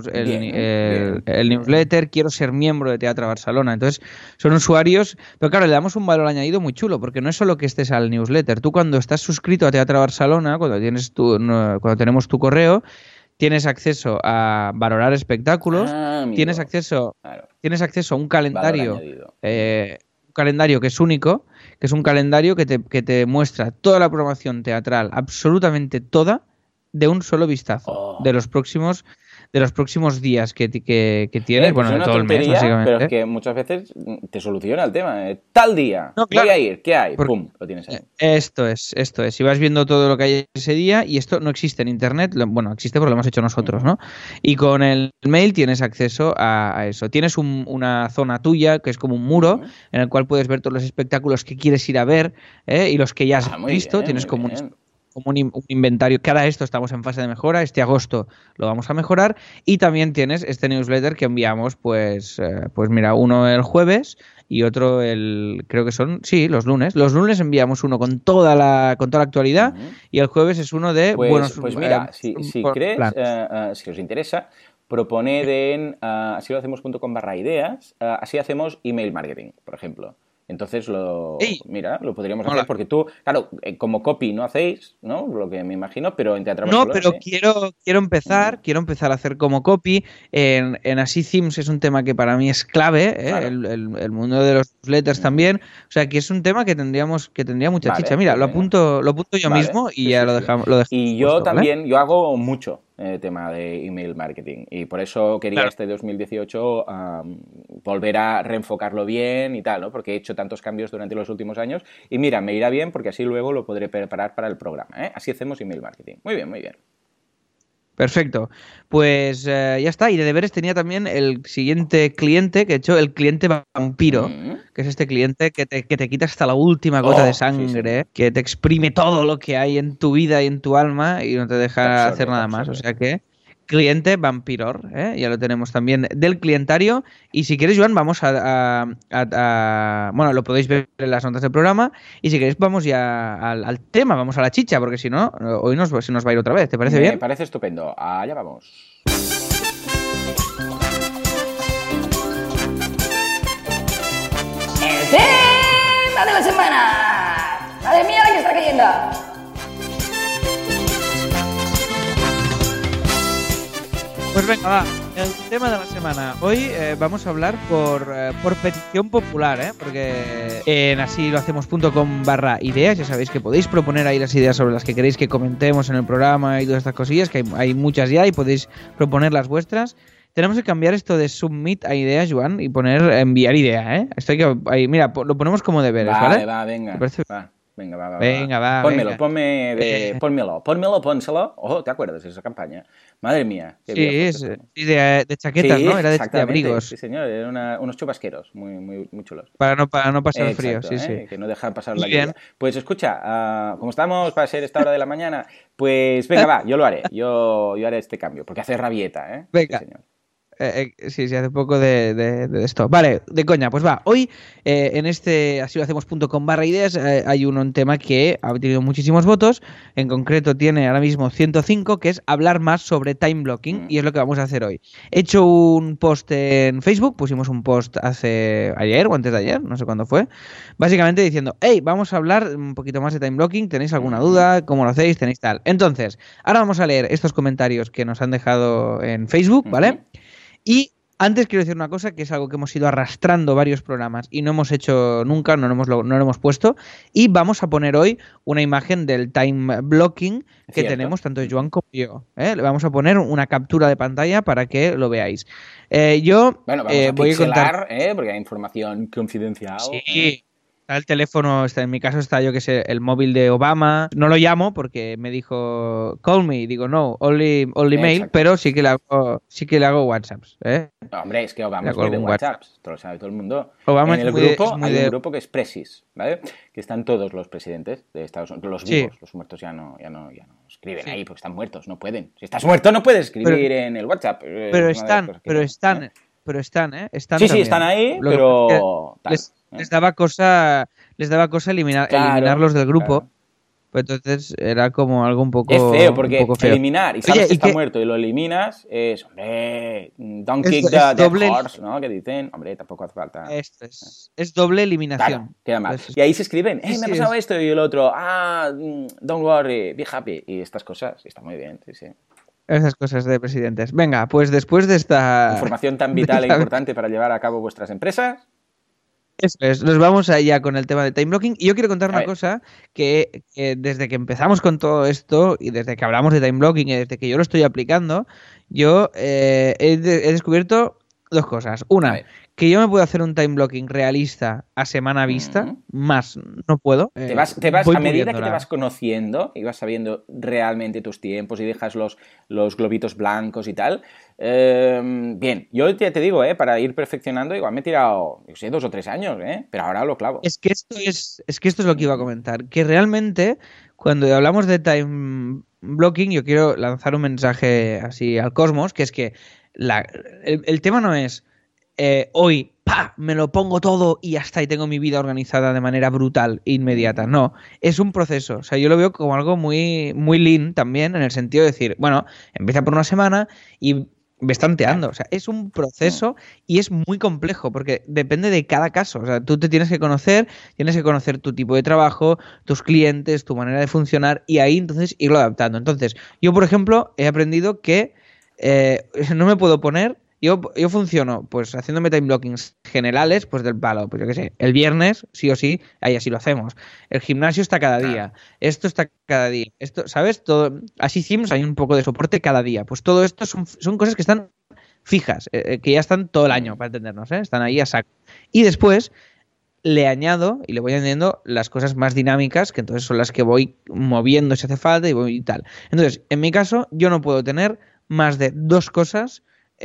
newsletter, quiero ser miembro de Teatro Barcelona. Entonces, son usuarios, pero claro, le damos un valor añadido muy chulo, porque no es solo que estés al newsletter. Tú cuando estás suscrito a Teatro Barcelona, cuando tenemos tu correo, tienes acceso a valorar espectáculos, tienes acceso a un calendario, que es único, que es un calendario que te muestra toda la programación teatral, absolutamente toda, de un solo vistazo, de los próximos días que tienes,
bueno,
de todo el mes, básicamente.
Pero es que muchas veces te soluciona el tema. Tal día, no, claro, voy a ir, ¿qué hay? ¡Pum! Lo tienes ahí.
Esto es. Y vas viendo todo lo que hay ese día, y esto no existe en Internet. Bueno, existe porque lo hemos hecho nosotros, ¿no? Y con el mail tienes acceso a eso. Tienes una zona tuya, que es como un muro, en el cual puedes ver todos los espectáculos que quieres ir a ver, y los que ya has visto.
Bien,
tienes como un inventario. Cada esto estamos en fase de mejora. Este agosto lo vamos a mejorar. Y también tienes este newsletter que enviamos, pues mira, uno el jueves y otro creo que son, los lunes. Los lunes enviamos uno con toda la actualidad, y el jueves es uno de
Pues mira, si crees, si os interesa, proponed en asilohacemos.com/ideas, así hacemos email marketing, por ejemplo. Entonces, lo podríamos hacer, porque tú, claro, como copy no hacéis, ¿no? Lo que me imagino, pero en Teatro Barcelona,
no, pero
¿sí?
quiero empezar a hacer como copy. En Así Themes es un tema que para mí es clave, claro. El mundo de los newsletters también. O sea, que es un tema que tendría mucha chicha. Mira, lo apunto yo mismo y ya lo dejamos.
Y yo puesto, también, yo hago mucho tema de email marketing, y por eso quería este 2018 volver a reenfocarlo bien y tal, ¿no? Porque he hecho tantos cambios durante los últimos años, y mira, me irá bien porque así luego lo podré preparar para el programa, ¿eh? Así hacemos email marketing. Muy bien, muy bien.
Perfecto. Pues ya está. Y de deberes tenía también el siguiente cliente, que he hecho, el cliente vampiro, que es este cliente que te quita hasta la última gota de sangre, que te exprime todo lo que hay en tu vida y en tu alma y no te deja hacer nada más. O sea que cliente vampiror, ya lo tenemos también del clientario. Y si quieres, Joan, vamos bueno, lo podéis ver en las notas del programa, y si queréis vamos ya al tema, vamos a la chicha, porque si no, hoy se nos va a ir otra vez. ¿Te parece bien?
Me parece estupendo. Allá vamos.
¡El tema de la semana! ¡Madre mía, la que está cayendo!
Pues venga, va. El tema de la semana. Hoy vamos a hablar por petición popular, porque en asilohacemos.com/ideas, ya sabéis que podéis proponer ahí las ideas sobre las que queréis que comentemos en el programa y todas estas cosillas, que hay muchas ya y podéis proponer las vuestras. Tenemos que cambiar esto de submit a ideas, Joan, y poner enviar idea, ¿eh? Esto hay que, ahí, mira, lo ponemos como deberes, ¿vale?
Va, venga. Venga, va.
Pónmelo,
venga. Pónselo. Ojo, ¿te acuerdas de esa campaña? Madre mía.
Sí, de chaquetas, sí, ¿no? Era de abrigos.
Sí, señor, eran unos chubasqueros muy chulos.
Para no pasar el frío, sí.
Que no dejan pasar la lluvia. Pues escucha, como estamos para ser esta hora de la mañana, pues venga, va, yo lo haré. Yo haré este cambio, porque hace rabieta, ¿eh?
Venga.
Sí, señor.
Sí, hace poco de esto. Vale, de coña, pues va. Hoy en asilohacemos.com/ideas hay un tema que ha tenido muchísimos votos. En concreto tiene ahora mismo 105, que es hablar más sobre time blocking, y es lo que vamos a hacer hoy. He hecho un post en Facebook, pusimos un post ayer o antes de ayer, no sé cuándo fue, básicamente diciendo, hey, vamos a hablar un poquito más de time blocking, ¿tenéis alguna duda? ¿Cómo lo hacéis? ¿Tenéis tal? Entonces, ahora vamos a leer estos comentarios que nos han dejado en Facebook, ¿vale? Y antes quiero decir una cosa, que es algo que hemos ido arrastrando varios programas y no hemos hecho nunca, no lo hemos puesto, y vamos a poner hoy una imagen del time blocking que tenemos tanto Joan como yo. Le vamos a poner una captura de pantalla para que lo veáis. Vamos
a
voy a contar,
porque hay información confidencial.
Sí. El teléfono, en mi caso está, yo que sé, el móvil de Obama. No lo llamo porque me dijo call me, digo no, only mail, pero sí que le hago WhatsApps,
No, hombre, es que Obama es muy de WhatsApps, esto lo sabe todo el mundo.
Obama
en el grupo hay un grupo que es Precis, ¿vale? Que están todos los presidentes de Estados Unidos, los vivos, los muertos ya no escriben ahí porque están muertos, no pueden. Si estás muerto no puedes escribir en el WhatsApp.
Pero están,
Sí, están ahí, pero
les daba cosa eliminarlos del grupo. Claro. Pues entonces era como algo un poco.
Es feo, porque
feo.
Eliminar y sabes que está muerto y lo eliminas es, hombre, don't kick the horse, ¿no? Que dicen, hombre, tampoco hace falta.
Es doble eliminación.
Claro, queda mal. Entonces, y ahí se escriben, me ha pasado esto, y el otro, don't worry, be happy. Y estas cosas, está muy bien, sí.
Esas cosas de presidentes. Venga, pues después de esta
información tan vital e importante para llevar a cabo vuestras empresas.
Eso es, nos vamos allá con el tema de time blocking. Y yo quiero contar una cosa que desde que empezamos con todo esto y desde que hablamos de time blocking y desde que yo lo estoy aplicando, yo he descubierto dos cosas. Una, que yo me puedo hacer un time blocking realista a semana vista, más no puedo.
Te vas a medida que te vas conociendo y vas sabiendo realmente tus tiempos y dejas los globitos blancos y tal. Bien, yo ya te digo, para ir perfeccionando, igual me he tirado, 2 o 3 años, pero ahora lo clavo.
Es que esto es lo que iba a comentar, que realmente cuando hablamos de time blocking yo quiero lanzar un mensaje así al cosmos, que es que el tema no es hoy, me lo pongo todo y ya está, y tengo mi vida organizada de manera brutal e inmediata. No, es un proceso. O sea, yo lo veo como algo muy, muy lean también, en el sentido de decir, bueno, empieza por una semana y ves tanteando. O sea, es un proceso y es muy complejo porque depende de cada caso. O sea, tú te tienes que conocer tu tipo de trabajo, tus clientes, tu manera de funcionar y ahí entonces irlo adaptando. Entonces, yo, por ejemplo, he aprendido que no me puedo poner. Yo funciono pues haciéndome time blockings generales, pues del palo, pues yo qué sé, el viernes sí o sí, ahí así lo hacemos. El gimnasio está cada día, esto está cada día, esto, ¿sabes? Todo, así hicimos, hay un poco de soporte cada día. Pues todo esto son cosas que están fijas, que ya están todo el año, para entendernos, están ahí a saco. Y después le añado y le voy añadiendo las cosas más dinámicas, que entonces son las que voy moviendo si hace falta y tal. Entonces, en mi caso, yo no puedo tener más de 2 cosas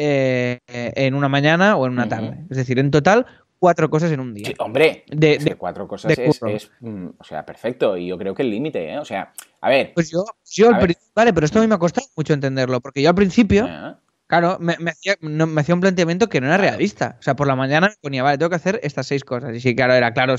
en una mañana o en una tarde. Es decir, en total 4 cosas en un día.
Sí, hombre, 4 cosas es o sea, perfecto. Y yo creo que el límite, O sea, a ver.
Pues vale, pero esto a mí me ha costado mucho entenderlo, porque yo al principio, claro, me hacía un planteamiento que no era realista. O sea, por la mañana me ponía, vale, tengo que hacer estas 6 cosas. Y sí, claro,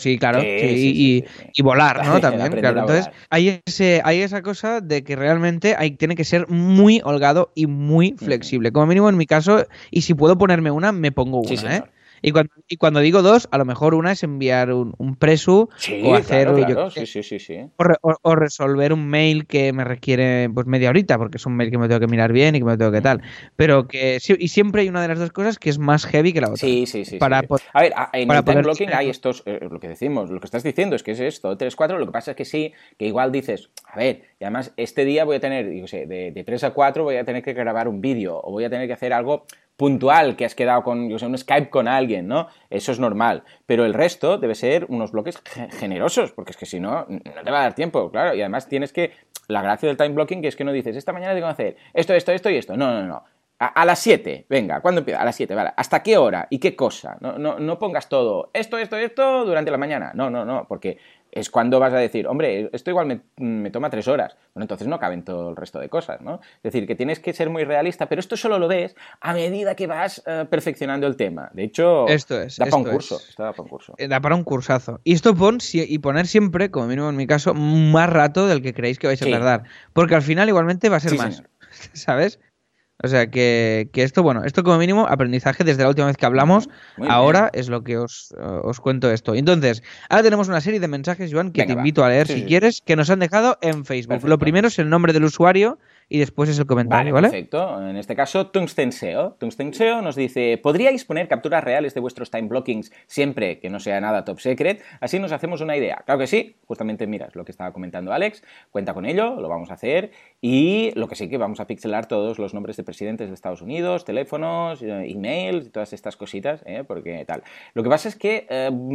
y volar, ¿no? También, claro. Entonces, hay esa cosa de que realmente tiene que ser muy holgado y muy flexible. Como mínimo en mi caso, y si puedo ponerme una, me pongo una, Y cuando digo dos, a lo mejor una es enviar un presu
Sí,
o hacer
claro, sí.
o resolver un mail que me requiere pues media horita, porque es un mail que me tengo que mirar bien y que me tengo que tal. Pero que y siempre hay una de las dos cosas que es más heavy que la otra.
Sí.
Para,
A ver, en
para
el time
poder
blocking hay estos, lo que decimos, lo que estás diciendo es que es esto, 3, 4, lo que pasa es que sí, que igual dices, a ver, y además este día voy a tener, yo sé, de 3 a 4 voy a tener que grabar un vídeo o voy a tener que hacer algo puntual, que has quedado con, yo sé, un Skype con alguien, ¿no? Eso es normal. Pero el resto debe ser unos bloques generosos, porque es que si no, no te va a dar tiempo, claro. Y además tienes que, la gracia del time blocking que es que no dices, esta mañana tengo que hacer esto y esto. No. A las 7, venga, ¿cuándo empieza? A las 7, vale. ¿Hasta qué hora? ¿Y qué cosa? No pongas todo esto durante la mañana. No, porque es cuando vas a decir, hombre, esto igual me toma 3 horas. Bueno, entonces no caben todo el resto de cosas, ¿no? Es decir, que tienes que ser muy realista, pero esto solo lo ves a medida que vas perfeccionando el tema. De hecho, da para un curso. Esto da para un curso.
Da para un cursazo. Y esto poner siempre, como mínimo en mi caso, más rato del que creéis que vais a tardar. Porque al final igualmente va a ser más. Señor. ¿Sabes? O sea, que esto, bueno, esto como mínimo, aprendizaje desde la última vez que hablamos, ahora es lo que os cuento esto. Entonces, ahora tenemos una serie de mensajes, Joan, que te invito a leer si quieres, que nos han dejado en Facebook. Perfecto. Lo primero es el nombre del usuario y después es el comentario, ¿vale?
Perfecto. En este caso, Tungsten SEO. Tungsten SEO nos dice, ¿podríais poner capturas reales de vuestros time blockings siempre que no sea nada top secret? Así nos hacemos una idea. Claro que sí, justamente miras lo que estaba comentando Alex, cuenta con ello, lo vamos a hacer y lo que sí que vamos a pixelar todos los nombres de presidentes de Estados Unidos, teléfonos, emails y todas estas cositas, porque tal. Lo que pasa es que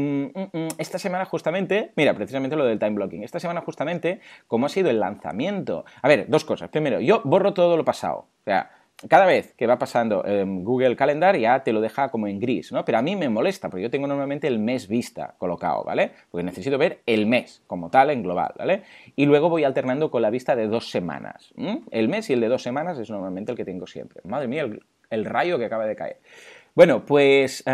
esta semana justamente, mira, precisamente lo del time blocking, esta semana justamente, como ha sido el lanzamiento, a ver, dos cosas. Primero, yo borro todo lo pasado, o sea, cada vez que va pasando Google Calendar ya te lo deja como en gris, ¿no? Pero a mí me molesta, porque yo tengo normalmente el mes vista colocado, ¿vale? Porque necesito ver el mes como tal en global, ¿vale? Y luego voy alternando con la vista de 2 semanas. El mes y el de 2 semanas es normalmente el que tengo siempre. Madre mía, el rayo que acaba de caer. Bueno, pues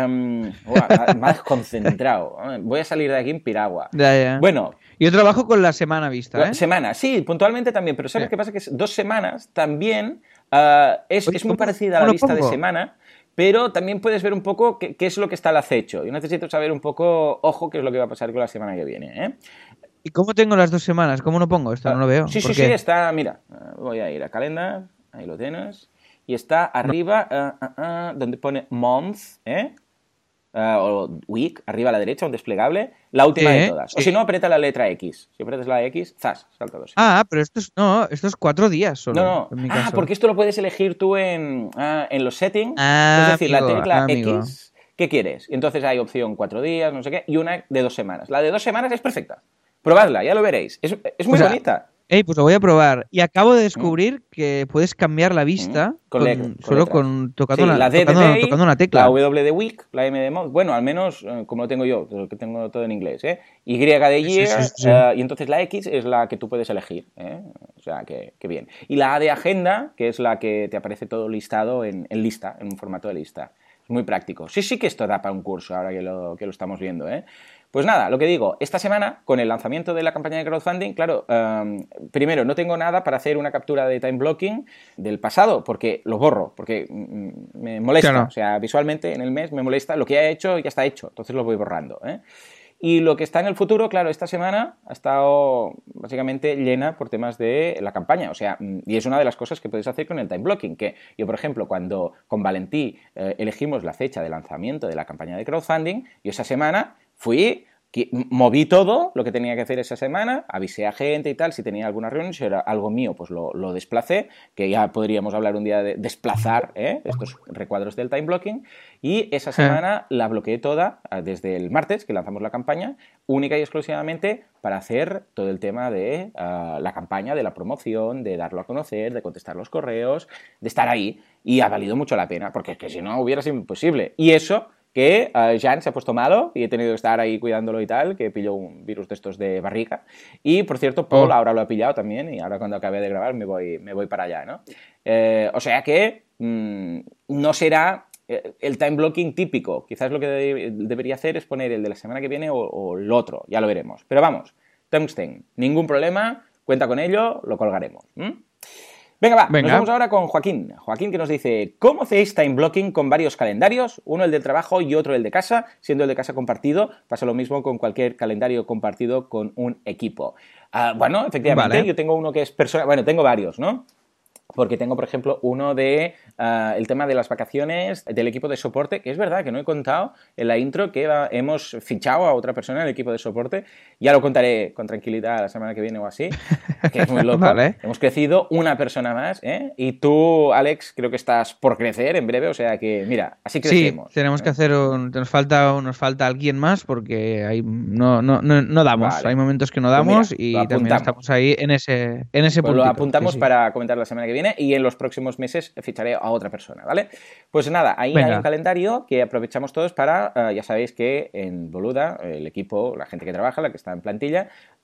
más concentrado. Voy a salir de aquí en piragua.
Ya.
Bueno.
Yo trabajo con la semana vista, ¿eh?
Semana, sí, puntualmente también, pero ¿sabes qué pasa? Que 2 semanas también es muy parecida a la vista de semana, pero también puedes ver un poco qué es lo que está al acecho. Yo necesito saber un poco, ojo, qué es lo que va a pasar con la semana que viene, ¿eh?
¿Y cómo tengo las 2 semanas? ¿Cómo no pongo esto? No lo veo.
Sí, está, mira, voy a ir a calendar, ahí lo tienes, y está arriba donde pone month, o week, arriba a la derecha, un desplegable, la última de todas. O si no, aprieta la letra X. Si aprietas la X, ¡zas! Salta 2.
Pero esto es 4 días solo.
No.
En mi caso.
Porque esto lo puedes elegir tú en los settings. Es decir, la tecla X, ¿qué quieres? Y entonces hay opción 4 días, no sé qué, y una de 2 semanas. La de 2 semanas es perfecta. Probadla, ya lo veréis. Es muy bonita.
Pues lo voy a probar. Y acabo de descubrir que puedes cambiar la vista solo tocando una tecla.
La W de week, la M de month. Bueno, al menos como lo tengo yo, que tengo todo en inglés. Y de year, sí. Y entonces la X es la que tú puedes elegir. O sea, que bien. Y la A de agenda, que es la que te aparece todo listado en lista, en un formato de lista. Es muy práctico. Sí que esto da para un curso, ahora que lo estamos viendo, Pues nada, lo que digo, esta semana, con el lanzamiento de la campaña de crowdfunding, claro, primero, no tengo nada para hacer una captura de time blocking del pasado, porque lo borro, porque me molesta. Claro. O sea, visualmente en el mes me molesta, lo que ya he hecho ya está hecho, entonces lo voy borrando, Y lo que está en el futuro, claro, esta semana ha estado básicamente llena por temas de la campaña. O sea, y es una de las cosas que podéis hacer con el time blocking, que yo, por ejemplo, cuando con Valentí elegimos la fecha de lanzamiento de la campaña de crowdfunding, yo esa semana moví todo lo que tenía que hacer esa semana, avisé a gente y tal, si tenía alguna reunión, si era algo mío, pues lo desplacé, que ya podríamos hablar un día de desplazar estos recuadros del time blocking, y esa semana la bloqueé toda, desde el martes, que lanzamos la campaña, única y exclusivamente para hacer todo el tema de la campaña, de la promoción, de darlo a conocer, de contestar los correos, de estar ahí, y ha valido mucho la pena, porque es que si no hubiera sido imposible. Y eso que Jan se ha puesto malo y he tenido que estar ahí cuidándolo y tal, que pilló un virus de estos de barriga. Y, por cierto, Paul ahora lo ha pillado también y ahora cuando acabe de grabar me voy para allá, ¿no? O sea que no será el time blocking típico. Quizás lo que debería hacer es poner el de la semana que viene o el otro, ya lo veremos. Pero vamos, Tungsten, ningún problema, cuenta con ello, lo colgaremos. Venga, va, nos vamos ahora con Joaquín. Joaquín que nos dice, ¿cómo hacéis time blocking con varios calendarios? Uno el del trabajo y otro el de casa. Siendo el de casa compartido, pasa lo mismo con cualquier calendario compartido con un equipo. Bueno, efectivamente, yo tengo uno que es personal. Bueno, tengo varios, ¿no? Porque tengo, por ejemplo, uno de el tema de las vacaciones del equipo de soporte, que es verdad que no he contado en la intro que hemos fichado a otra persona en el equipo de soporte. Ya lo contaré con tranquilidad la semana que viene o así, que es muy loco. Vale. Hemos crecido una persona más, ¿eh? Y tú, Alex, creo que estás por crecer en breve, o sea que, mira, así crecemos.
Sí, tenemos que hacer nos falta alguien más porque ahí no damos. Vale. Hay momentos que no damos, pues mira, y también estamos ahí en ese punto.
Lo apuntamos para comentar la semana que viene y en los próximos meses ficharé a otra persona, ¿vale? Pues nada, ahí hay un calendario que aprovechamos todos para, ya sabéis que en Boluda, el equipo, la gente que trabaja, la que está en plantilla,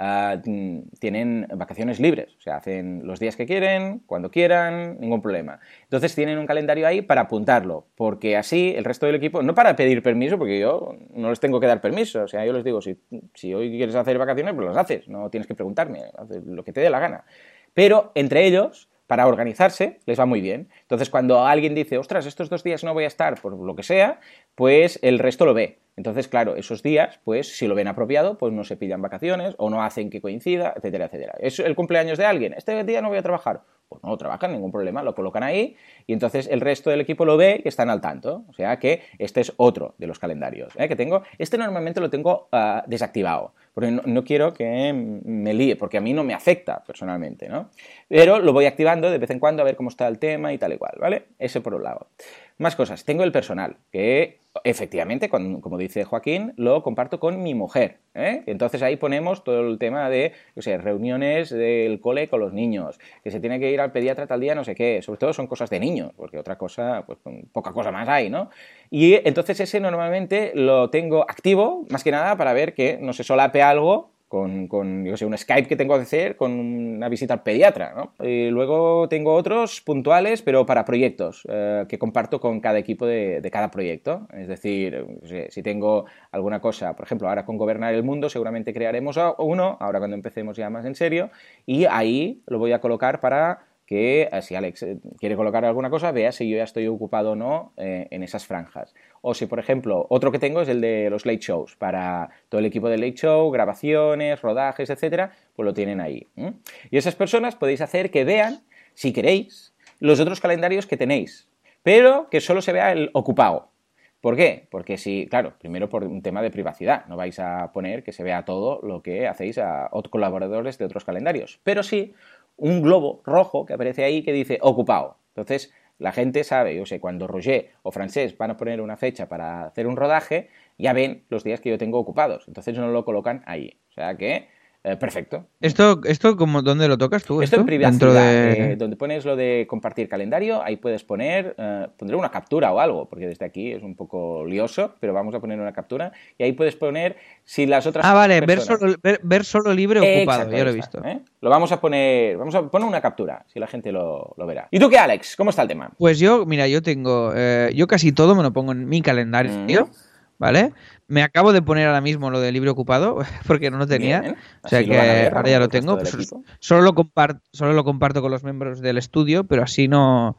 tienen vacaciones libres, o sea, hacen los días que quieren, cuando quieran, ningún problema. Entonces tienen un calendario ahí para apuntarlo, porque así el resto del equipo, no para pedir permiso, porque yo no les tengo que dar permiso, o sea, yo les digo, si hoy quieres hacer vacaciones, pues las haces, no tienes que preguntarme, haces lo que te dé la gana. Pero entre ellos, para organizarse, les va muy bien. Entonces, cuando alguien dice, ostras, estos 2 días no voy a estar por lo que sea, pues el resto lo ve. Entonces, claro, esos días, pues si lo ven apropiado, pues no se pillan vacaciones o no hacen que coincida, etcétera, etcétera. ¿Es el cumpleaños de alguien? ¿Este día no voy a trabajar? Pues no trabajan, ningún problema, lo colocan ahí y entonces el resto del equipo lo ve y están al tanto. O sea que este es otro de los calendarios que tengo. Este normalmente lo tengo desactivado, porque no quiero que me líe, porque a mí no me afecta personalmente, ¿no? Pero lo voy activando de vez en cuando a ver cómo está el tema y tal y cual, ¿vale? Ese por un lado. Más cosas. Tengo el personal, que efectivamente, como dice Joaquín, lo comparto con mi mujer, ¿eh? Entonces ahí ponemos todo el tema de, reuniones del cole con los niños, que se tiene que ir al pediatra tal día, no sé qué. Sobre todo son cosas de niños, porque otra cosa, pues poca cosa más hay, ¿no? Y entonces ese normalmente lo tengo activo, más que nada para ver que no se solape algo con un Skype que tengo que hacer con una visita al pediatra, ¿no? Y luego tengo otros puntuales, pero para proyectos que comparto con cada equipo de cada proyecto. Es decir, si tengo alguna cosa, por ejemplo, ahora con Gobernar el Mundo seguramente crearemos uno, ahora cuando empecemos ya más en serio, y ahí lo voy a colocar para que si Alex quiere colocar alguna cosa, vea si yo ya estoy ocupado o no en esas franjas. O si, por ejemplo, otro que tengo es el de los late shows, para todo el equipo del late show, grabaciones, rodajes, etcétera, pues lo tienen ahí. Y esas personas podéis hacer que vean, si queréis, los otros calendarios que tenéis, pero que solo se vea el ocupado. ¿Por qué? Porque si, claro, primero por un tema de privacidad, no vais a poner que se vea todo lo que hacéis a otros colaboradores de otros calendarios, pero sí un globo rojo que aparece ahí que dice ocupado. Entonces, la gente sabe, cuando Roger o Francesc van a poner una fecha para hacer un rodaje, ya ven los días que yo tengo ocupados. Entonces no lo colocan ahí. O sea que, perfecto.
¿Esto como dónde lo tocas tú?
Esto en privacidad, donde pones lo de compartir calendario, ahí puedes poner, pondré una captura o algo, porque desde aquí es un poner lioso, pero vamos a poner una captura, y ahí puedes poner si las otras
vale,
personas...
ver solo libre ocupado, exacto, ya lo he visto.
Lo vamos a poner una captura, si la gente lo verá. ¿Y tú qué, Alex? ¿Cómo está el tema?
Pues yo tengo, yo casi todo me lo pongo en mi calendario, ¿vale? Me acabo de poner ahora mismo lo de libre ocupado, porque no lo tenía. Bien, o sea que ahora ya lo tengo. Solo lo comparto con los miembros del estudio, pero así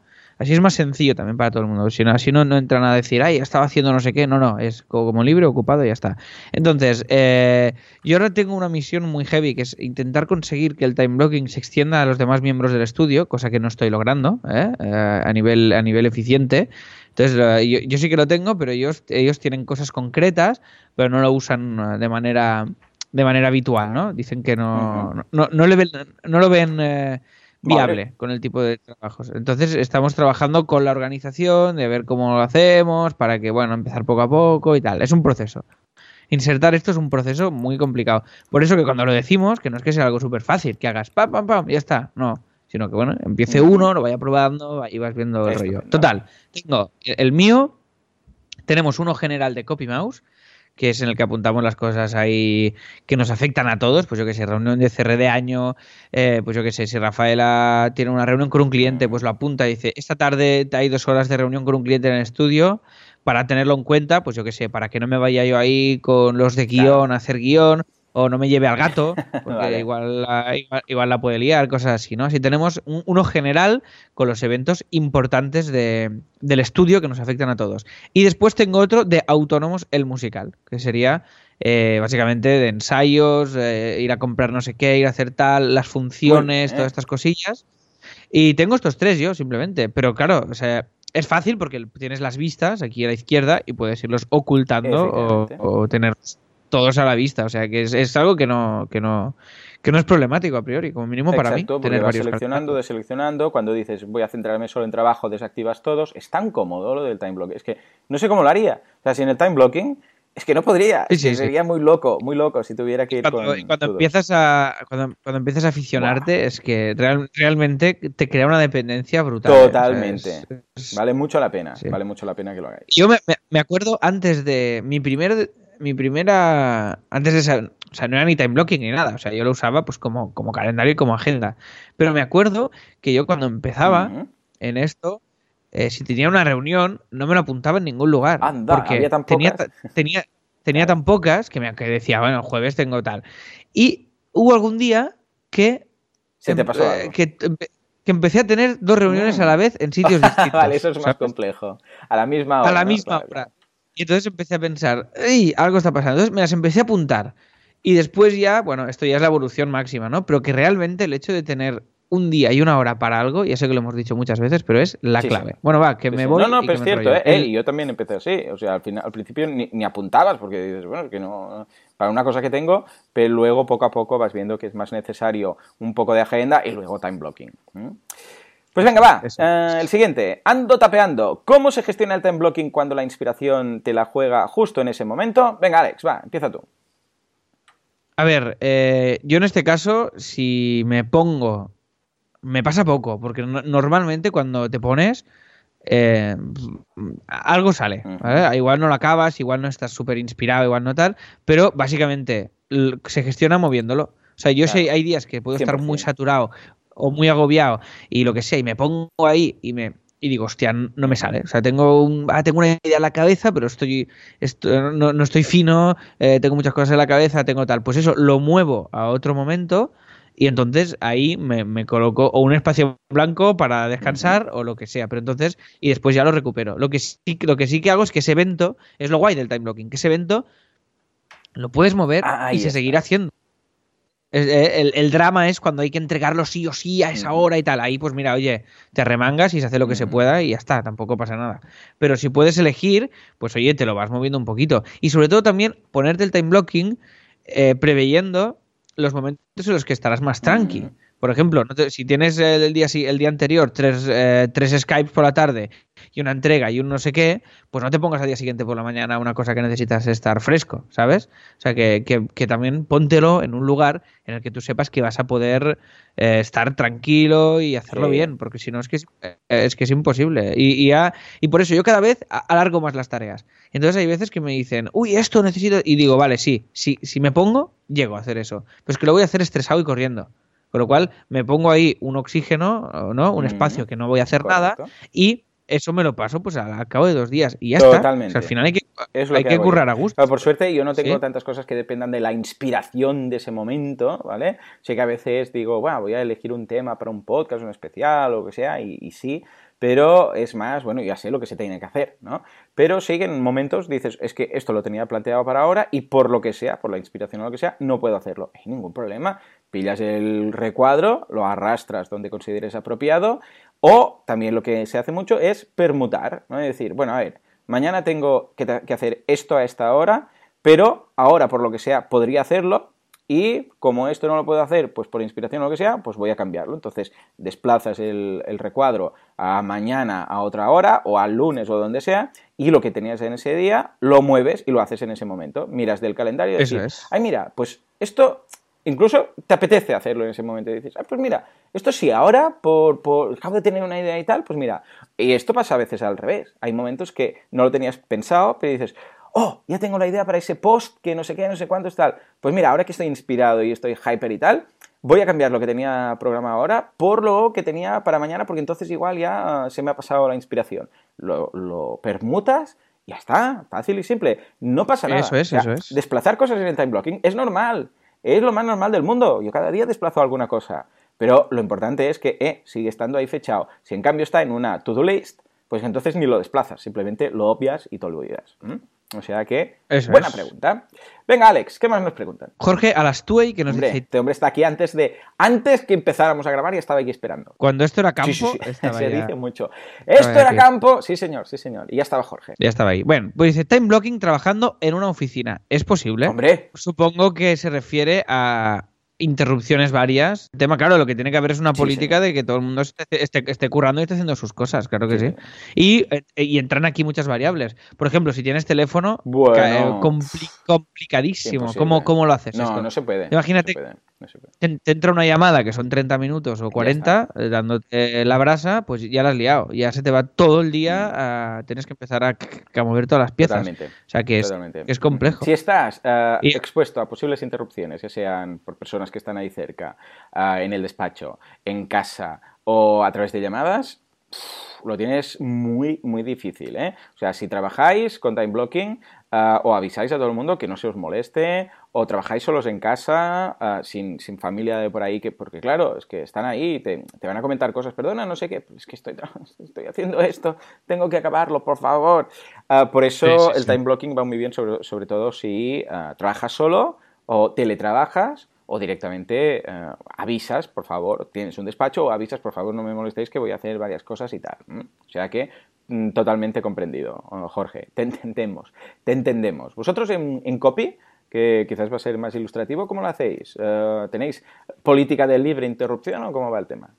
es más sencillo también para todo el mundo. Así no entran a decir, ay, estaba haciendo no sé qué. No, es como libre, ocupado y ya está. Entonces, yo ahora tengo una misión muy heavy, que es intentar conseguir que el time blocking se extienda a los demás miembros del estudio, cosa que no estoy logrando a nivel eficiente. Entonces, yo sí que lo tengo, pero ellos tienen cosas concretas, pero no lo usan de manera habitual, ¿no? Dicen que no lo ven viable con el tipo de trabajos. Entonces, estamos trabajando con la organización de ver cómo lo hacemos para que, empezar poco a poco y tal. Es un proceso. Insertar esto es un proceso muy complicado. Por eso que cuando lo decimos, que no es que sea algo súper fácil, que hagas pam, pam, pam, y ya está. No. Sino que, empiece uno, lo vaya probando y vas viendo el rollo. Total, tengo el mío, tenemos uno general de CopyMouse, que es en el que apuntamos las cosas ahí que nos afectan a todos, pues yo que sé, reunión de cierre de año, pues yo que sé, si Rafaela tiene una reunión con un cliente, pues lo apunta y dice, esta tarde hay 2 horas de reunión con un cliente en el estudio, para tenerlo en cuenta, pues yo que sé, para que no me vaya yo ahí con los de guión, a hacer guión, o no me lleve al gato, porque
Vale.
igual la puede liar, cosas así, ¿no? Así tenemos uno general con los eventos importantes del estudio que nos afectan a todos. Y después tengo otro de autónomos, el musical, que sería básicamente de ensayos, ir a comprar no sé qué, ir a hacer tal, las funciones, todas estas cosillas. Y tengo estos tres yo, simplemente. Pero claro, o sea, es fácil porque tienes las vistas aquí a la izquierda y puedes irlos ocultando
Efectivamente.
o tenerlos todos a la vista. O sea, que es algo que no es problemático a priori, como mínimo para mí,
Exacto, porque
tener
vas
varios
seleccionando,
calendarios.
deseleccionando, cuando dices voy a centrarme solo en trabajo, desactivas todos, es tan cómodo lo del time blocking, es que no sé cómo lo haría, o sea, sin el time blocking, es que no podría,
Sí,
es que
sí, sí.
sería muy loco si tuviera que ir
Y
con
cuando
todos.
cuando empiezas a
Buah,
aficionarte, es que realmente te crea una dependencia brutal, ¿eh? O sea,
totalmente, vale mucho la pena,
sí.
vale mucho la pena que lo hagáis.
Yo me acuerdo antes de mi primera, antes de esa, o sea, no era ni time blocking ni nada, o sea, yo lo usaba pues como calendario y como agenda. Pero me acuerdo que yo cuando empezaba
Mm.
en esto, si tenía una reunión, no me lo apuntaba en ningún lugar,
Anda, había
porque
tan pocas,
tenía
claro.
tan pocas que decía, bueno, el jueves tengo tal. Y hubo algún día que,
Se te pasó algo.
que empecé a tener dos reuniones a la vez en sitios
Vale, eso
distintos,
es más
¿sabes?
complejo, a la misma
A
hora,
la
¿no?
misma
Claro,
hora.
claro.
Y entonces empecé a pensar, ¡ey! Algo está pasando. Entonces me las empecé a apuntar. Y después ya, bueno, esto ya es la evolución máxima, ¿no? Pero que realmente el hecho de tener un día y una hora para algo, ya sé que lo hemos dicho muchas veces, pero es la
Sí, sí.
clave. Bueno, va, que
Sí,
me
sí. No,
voy
no,
y
pero
que
es
me
cierto,
enrollo.
Y yo también empecé así. O sea, al principio ni apuntabas, porque dices, bueno, es que no. Para una cosa que tengo, pero luego poco a poco vas viendo que es más necesario un poco de agenda y luego time blocking. ¿Mm? Pues venga, va.
Eso.
El siguiente. Ando tapeando. ¿Cómo se gestiona el time blocking cuando la inspiración te la juega justo en ese momento? Venga, Alex, va, empieza tú.
A ver, yo en este caso, si me pongo, me pasa poco, porque normalmente cuando te pones, eh, algo sale,
Ujú.
¿vale? Igual no lo acabas, igual no estás súper inspirado, igual no tal, pero básicamente se gestiona moviéndolo. O sea, yo sé,
Claro.
hay días que puedo estar muy
100%.
saturado o muy agobiado y lo que sea, y me pongo ahí y digo, hostia, no me
Ujú.
sale. O sea, tengo una idea en la cabeza, pero no estoy fino, tengo muchas cosas en la cabeza, tengo tal. Pues eso, lo muevo a otro momento y entonces ahí me coloco o un espacio blanco para
Ujú.
descansar o lo que sea. Pero entonces, y después ya lo recupero. Lo que sí que hago es que ese evento, es lo guay del time blocking, que ese evento lo puedes mover y
Ahí
se seguirá
está.
haciendo. El drama es cuando hay que entregarlo sí o sí a esa
Ujú.
hora y tal. Ahí, pues mira, oye, te remangas y se hace lo que se
Ujú.
pueda y ya está, tampoco pasa nada. Pero si puedes elegir, pues oye, te lo vas moviendo un poquito. Y sobre todo también ponerte el time blocking preveyendo los momentos en los que estarás más tranqui.
Ujú.
Por ejemplo, si tienes el día anterior tres Skypes por la tarde y una entrega y un no sé qué, pues no te pongas al día siguiente por la mañana una cosa que necesitas estar fresco, ¿sabes? O sea, que también póntelo en un lugar en el que tú sepas que vas a poder estar tranquilo y hacerlo
Sí.
bien, porque si no es que es imposible. Y por eso yo cada vez alargo más las tareas. Entonces hay veces que me dicen, uy, esto necesito, y digo, vale, sí, si me pongo, llego a hacer eso. Pero es que lo voy a hacer estresado y corriendo. Con lo cual me pongo ahí un oxígeno, ¿no? Un
Ujú.
espacio que no voy a hacer nada
Correcto.
y eso me lo paso pues al cabo de 2 días y ya está. O sea, al
Totalmente.
final hay que,
Es lo
hay
que
que
hago yo.
currar a gusto.
Pero por suerte yo no tengo
¿Sí?
tantas cosas que dependan de la inspiración de ese momento, ¿vale? Sé que a veces digo, bueno, voy a elegir un tema para un podcast, un especial o lo que sea, y sí, pero es más, bueno, ya sé lo que se tiene que hacer, ¿no? Pero sí que en momentos dices, es que esto lo tenía planteado para ahora y por lo que sea, por la inspiración o lo que sea, no puedo hacerlo. Hay ningún problema. Pillas el recuadro, lo arrastras donde consideres apropiado, o también lo que se hace mucho es permutar, ¿no? Es decir, bueno, a ver, mañana tengo que hacer esto a esta hora, pero ahora, por lo que sea, podría hacerlo, y como esto no lo puedo hacer, pues por inspiración o lo que sea, pues voy a cambiarlo. Entonces desplazas el recuadro a mañana a otra hora, o al lunes o donde sea, y lo que tenías en ese día lo mueves y lo haces en ese momento. Miras del calendario y
Eso
decir,
es.
ay, mira, pues esto incluso te apetece hacerlo en ese momento y dices, ah, pues mira, esto sí, ahora acabo de tener una idea y tal, pues mira, y esto pasa a veces al revés. Hay momentos que no lo tenías pensado, pero dices, oh, ya tengo la idea para ese post que no sé qué, no sé cuánto es tal. Pues mira, ahora que estoy inspirado y estoy hyper y tal, voy a cambiar lo que tenía programado ahora por lo que tenía para mañana, porque entonces igual ya se me ha pasado la inspiración. Lo permutas y ya está, fácil y simple. No pasa nada.
Eso
O
es,
sea,
eso es.
desplazar cosas en el time blocking es normal. Es lo más normal del mundo. Yo cada día desplazo alguna cosa. Pero lo importante es que sigue estando ahí fechado. Si en cambio está en una to-do list, pues entonces ni lo desplazas, simplemente lo obvias y te olvidas. O sea que,
eso
buena
es.
pregunta. Venga, Alex, ¿qué más nos preguntan?
Jorge Alastuey, que nos
Hombre,
dice...
este hombre está aquí antes que empezáramos a grabar y estaba aquí esperando.
Cuando esto era campo,
Sí.
estaba
Se
ya...
dice mucho. Esto era
aquí.
campo, sí señor. Y ya estaba Jorge.
Ya estaba ahí. Bueno, pues dice, time blocking trabajando en una oficina. ¿Es posible?
Hombre,
Supongo que se refiere a interrupciones varias. El tema, claro, lo que tiene que haber es una
Sí,
política
señor.
de que todo el mundo esté currando y esté haciendo sus cosas, claro que
Sí,
sí. Y entran aquí muchas variables. Por ejemplo, si tienes teléfono,
bueno,
complicadísimo.
imposible.
¿Cómo lo haces
No,
esto?
no se puede.
Imagínate,
No se puede.
te entra una llamada que son 30 minutos o 40 dándote la brasa, pues ya la has liado. Ya se te va todo el día, tienes que empezar a mover todas las piezas.
Totalmente.
O sea que
Totalmente.
es complejo.
Si estás
Y-
expuesto a posibles interrupciones, ya sean por personas que están ahí cerca, en el despacho, en casa o a través de llamadas, lo tienes muy, muy difícil, ¿eh? O sea, si trabajáis con time blocking, o avisáis a todo el mundo que no se os moleste, o trabajáis solos en casa, sin familia de por ahí, porque claro, es que están ahí, te van a comentar cosas, perdona, no sé qué, es que estoy haciendo esto, tengo que acabarlo, por favor. Por eso el time blocking va muy bien, sobre todo si trabajas solo o teletrabajas, o directamente avisas, por favor, tienes un despacho, o avisas, por favor, no me molestéis que voy a hacer varias cosas y tal. O sea que totalmente comprendido, Jorge. Te entendemos. Vosotros en Copy, que quizás va a ser más ilustrativo, ¿cómo lo hacéis? ¿Tenéis política de libre interrupción o cómo va el tema?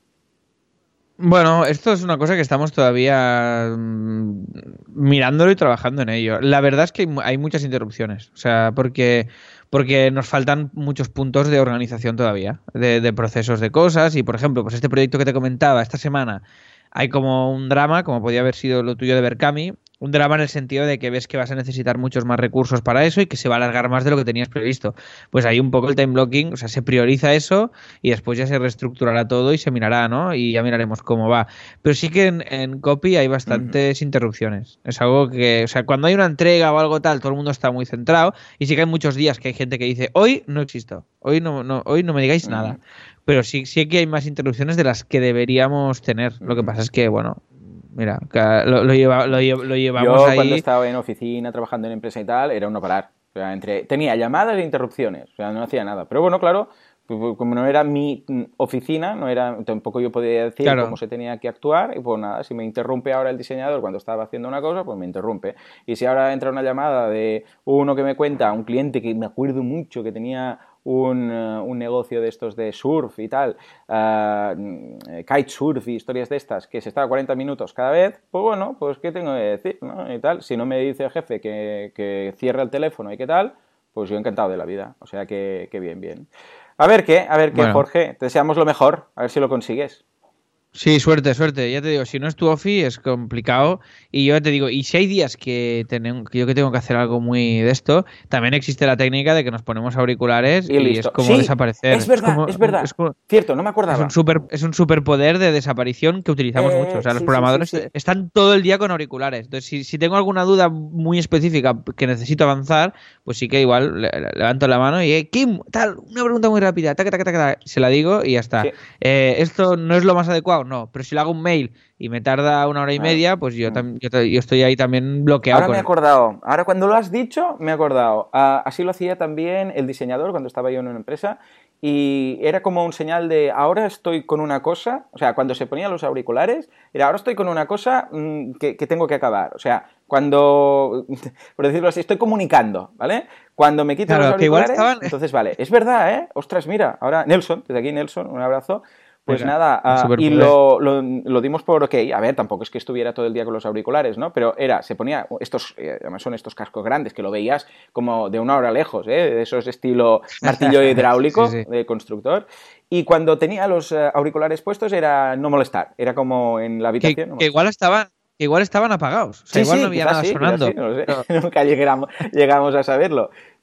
Bueno, esto es una cosa que estamos todavía mirándolo y trabajando en ello. La verdad es que hay muchas interrupciones, o sea, porque nos faltan muchos puntos de organización todavía, de procesos de cosas y, por ejemplo, pues este proyecto que te comentaba esta semana, hay como un drama, como podía haber sido lo tuyo de Berkami, un drama en el sentido de que ves que vas a necesitar muchos más recursos para eso y que se va a alargar más de lo que tenías previsto. Pues ahí un poco el time blocking, o sea, se prioriza eso y después ya se reestructurará todo y se mirará, ¿no? Y ya miraremos cómo va. Pero sí que en Copy hay bastantes interrupciones. Es algo que, o sea, cuando hay una entrega o algo tal, todo el mundo está muy centrado y sí que hay muchos días que hay gente que dice, hoy no existo, hoy no me digáis nada. Pero sí que hay más interrupciones de las que deberíamos tener. Lo que pasa es que, bueno, mira, lo llevamos
Yo,
ahí.
cuando estaba en oficina, trabajando en empresa y tal, era un no parar. O sea, tenía llamadas e interrupciones. O sea, no hacía nada. Pero bueno, claro, como no era mi oficina, tampoco yo podía decir cómo se tenía que actuar. Y pues nada, si me interrumpe ahora el diseñador cuando estaba haciendo una cosa, pues me interrumpe. Y si ahora entra una llamada de uno que me cuenta, un cliente que me acuerdo mucho que tenía un negocio de estos de surf y tal, kitesurf y historias de estas, que se estaba 40 minutos cada vez, pues bueno, pues ¿qué tengo que decir? ¿No? Y tal. Si no me dice el jefe que cierre el teléfono y qué tal, pues yo encantado de la vida. O sea que bien. A ver qué, bueno. Jorge, te deseamos lo mejor, a ver si lo consigues.
Sí, suerte. Ya te digo, si no es tu office es complicado. Y yo te digo, y si hay días que yo que tengo que hacer algo muy de esto, también existe la técnica de que nos ponemos auriculares y es como desaparecer.
Es verdad. Cierto, no me acordaba.
Es un superpoder de desaparición que utilizamos mucho. O sea, los programadores están todo el día con auriculares. Entonces, si tengo alguna duda muy específica que necesito avanzar, pues sí que igual levanto la mano y Kim, tal, una pregunta muy rápida, se la digo y ya está. Sí. Esto no es lo más adecuado. No, pero si le hago un mail y me tarda 1 hora y media, pues yo estoy ahí también bloqueado.
Ahora me he acordado. Ahora cuando lo has dicho, me he acordado. Así lo hacía también el diseñador cuando estaba yo en una empresa y era como un señal de ahora estoy con una cosa, o sea, cuando se ponían los auriculares, era ahora estoy con una cosa que tengo que acabar. O sea, cuando, por decirlo así, estoy comunicando, ¿vale? Cuando me quito los auriculares, entonces vale. Es verdad, ¿eh? Ostras, mira, ahora Nelson, desde aquí Nelson, un abrazo. Pues nada, y lo dimos por ok. A ver, tampoco es que estuviera todo el día con los auriculares, ¿no? Pero se ponía además son estos cascos grandes que lo veías como de 1 hora lejos, ¿eh? De esos estilo martillo hidráulico de constructor. Y cuando tenía los auriculares puestos era no molestar, era como en la habitación.
Que igual estaban apagados, o sea, igual no había nada sonando.
Sí, no lo sé. Nunca llegamos a saberlo.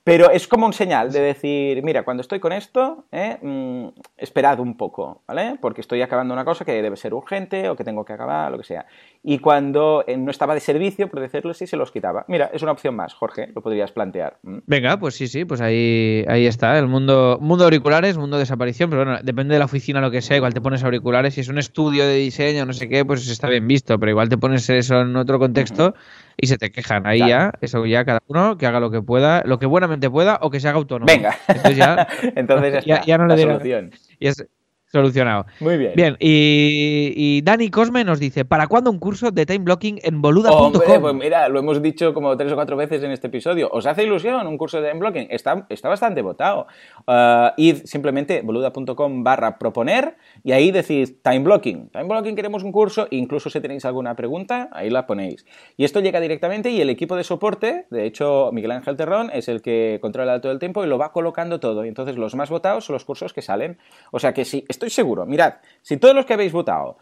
Pero es como un señal de decir, mira, cuando estoy con esto, esperad un poco, ¿vale? Porque estoy acabando una cosa que debe ser urgente o que tengo que acabar, lo que sea. Y cuando no estaba de servicio, por decirlo así, se los quitaba. Mira, es una opción más, Jorge, lo podrías plantear.
Venga, pues sí, pues ahí está. El mundo auriculares, mundo desaparición, pero bueno, depende de la oficina, lo que sea, igual te pones auriculares. Si es un estudio de diseño, no sé qué, pues está bien visto, pero igual te pones eso en otro contexto y se te quejan. Ahí ya, eso ya cada uno que haga lo que pueda, lo que buenamente pueda o que se haga autónomo.
Venga, entonces
ya no le diré
solución.
Y es solucionado.
Muy bien.
Bien, y Dani Cosme nos dice, ¿para cuándo un curso de time blocking en boluda.com?
Hombre, pues mira, lo hemos dicho como 3 o 4 veces en este episodio. ¿Os hace ilusión un curso de time blocking? Está bastante votado. Id simplemente boluda.com/proponer y ahí decís time blocking. Time blocking, queremos un curso, incluso si tenéis alguna pregunta, ahí la ponéis. Y esto llega directamente y el equipo de soporte, de hecho Miguel Ángel Terrón, es el que controla todo el tiempo y lo va colocando todo. Y entonces los más votados son los cursos que salen. O sea que sí, estoy seguro, mirad, si todos los que habéis votado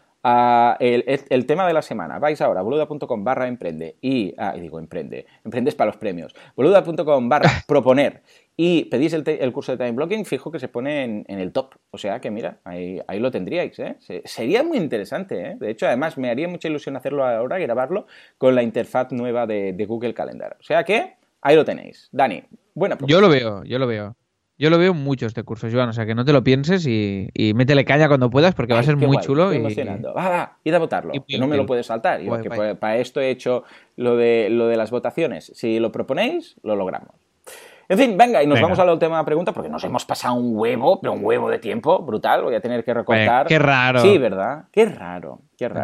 el tema de la semana, vais ahora a boluda.com/emprende y digo emprende es para los premios, boluda.com/proponer y pedís el curso de time blocking, fijo que se pone en el top, o sea que mira, ahí lo tendríais, sería muy interesante, de hecho además me haría mucha ilusión hacerlo ahora y grabarlo con la interfaz nueva de Google Calendar, o sea que ahí lo tenéis. Dani, buena propuesta.
Yo lo veo mucho este curso, Joan, o sea que no te lo pienses y métele caña cuando puedas porque va a ser muy chulo.
Estoy emocionando. Id a votarlo, que no me lo puedes saltar. Yo que para esto he hecho lo de las votaciones. Si lo proponéis, lo logramos. En fin, venga, y nos vamos a la última pregunta porque nos hemos pasado un huevo de tiempo brutal. Voy a tener que recortar.
Qué raro.
Sí, ¿verdad? Qué raro.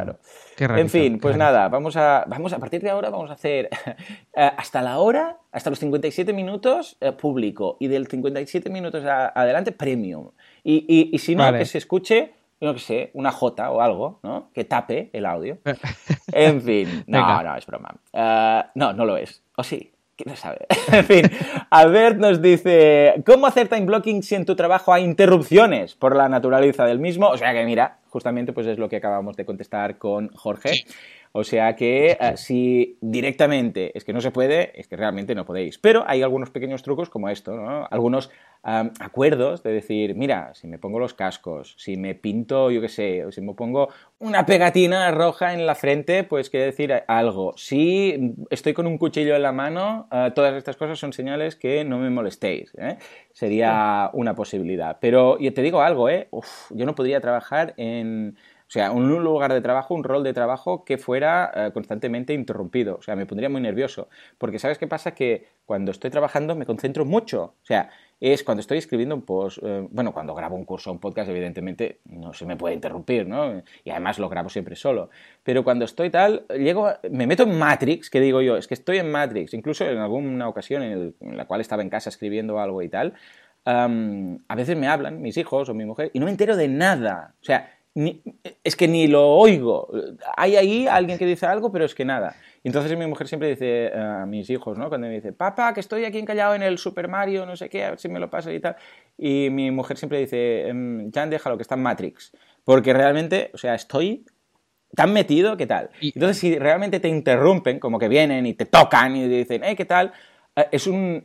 En fin, pues nada, vamos a partir de ahora vamos a hacer hasta los 57 minutos público y del 57 minutos adelante premium. Y si no, que se escuche, no que sé, una J o algo, ¿no? Que tape el audio. En fin, no, es broma. No lo es. ¿O sí? ¿Quién lo sabe? En fin, Albert nos dice, ¿cómo hacer time blocking si en tu trabajo hay interrupciones por la naturaleza del mismo? O sea que mira, justamente pues es lo que acabamos de contestar con Jorge. Sí. O sea que si directamente es que no se puede, es que realmente no podéis. Pero hay algunos pequeños trucos como esto, ¿no? Algunos acuerdos de decir, mira, si me pongo los cascos, si me pinto, yo qué sé, o si me pongo una pegatina roja en la frente, pues quiere decir algo. Si estoy con un cuchillo en la mano, todas estas cosas son señales que no me molestéis, Sería una posibilidad. Pero yo te digo algo, yo no podría trabajar en un lugar de trabajo, un rol de trabajo que fuera constantemente interrumpido. O sea, me pondría muy nervioso. Porque ¿sabes qué pasa? Que cuando estoy trabajando me concentro mucho. O sea, es cuando estoy escribiendo un post, cuando grabo un curso o un podcast, evidentemente no se me puede interrumpir, ¿no? Y además lo grabo siempre solo. Pero cuando estoy me meto en Matrix, que digo yo, es que estoy en Matrix. Incluso en alguna ocasión en la cual estaba en casa escribiendo algo y tal, a veces me hablan mis hijos o mi mujer y no me entero de nada. O sea, es que ni lo oigo. Hay ahí alguien que dice algo, pero es que nada. Y entonces mi mujer siempre dice a mis hijos, ¿no? Cuando me dice, papá, que estoy aquí encallado en el Super Mario, no sé qué, a ver si me lo pasa y tal. Y mi mujer siempre dice, Jan, déjalo, que está en Matrix. Porque realmente, o sea, estoy tan metido que tal. Entonces, si realmente te interrumpen, como que vienen y te tocan y dicen, ¿qué tal? Es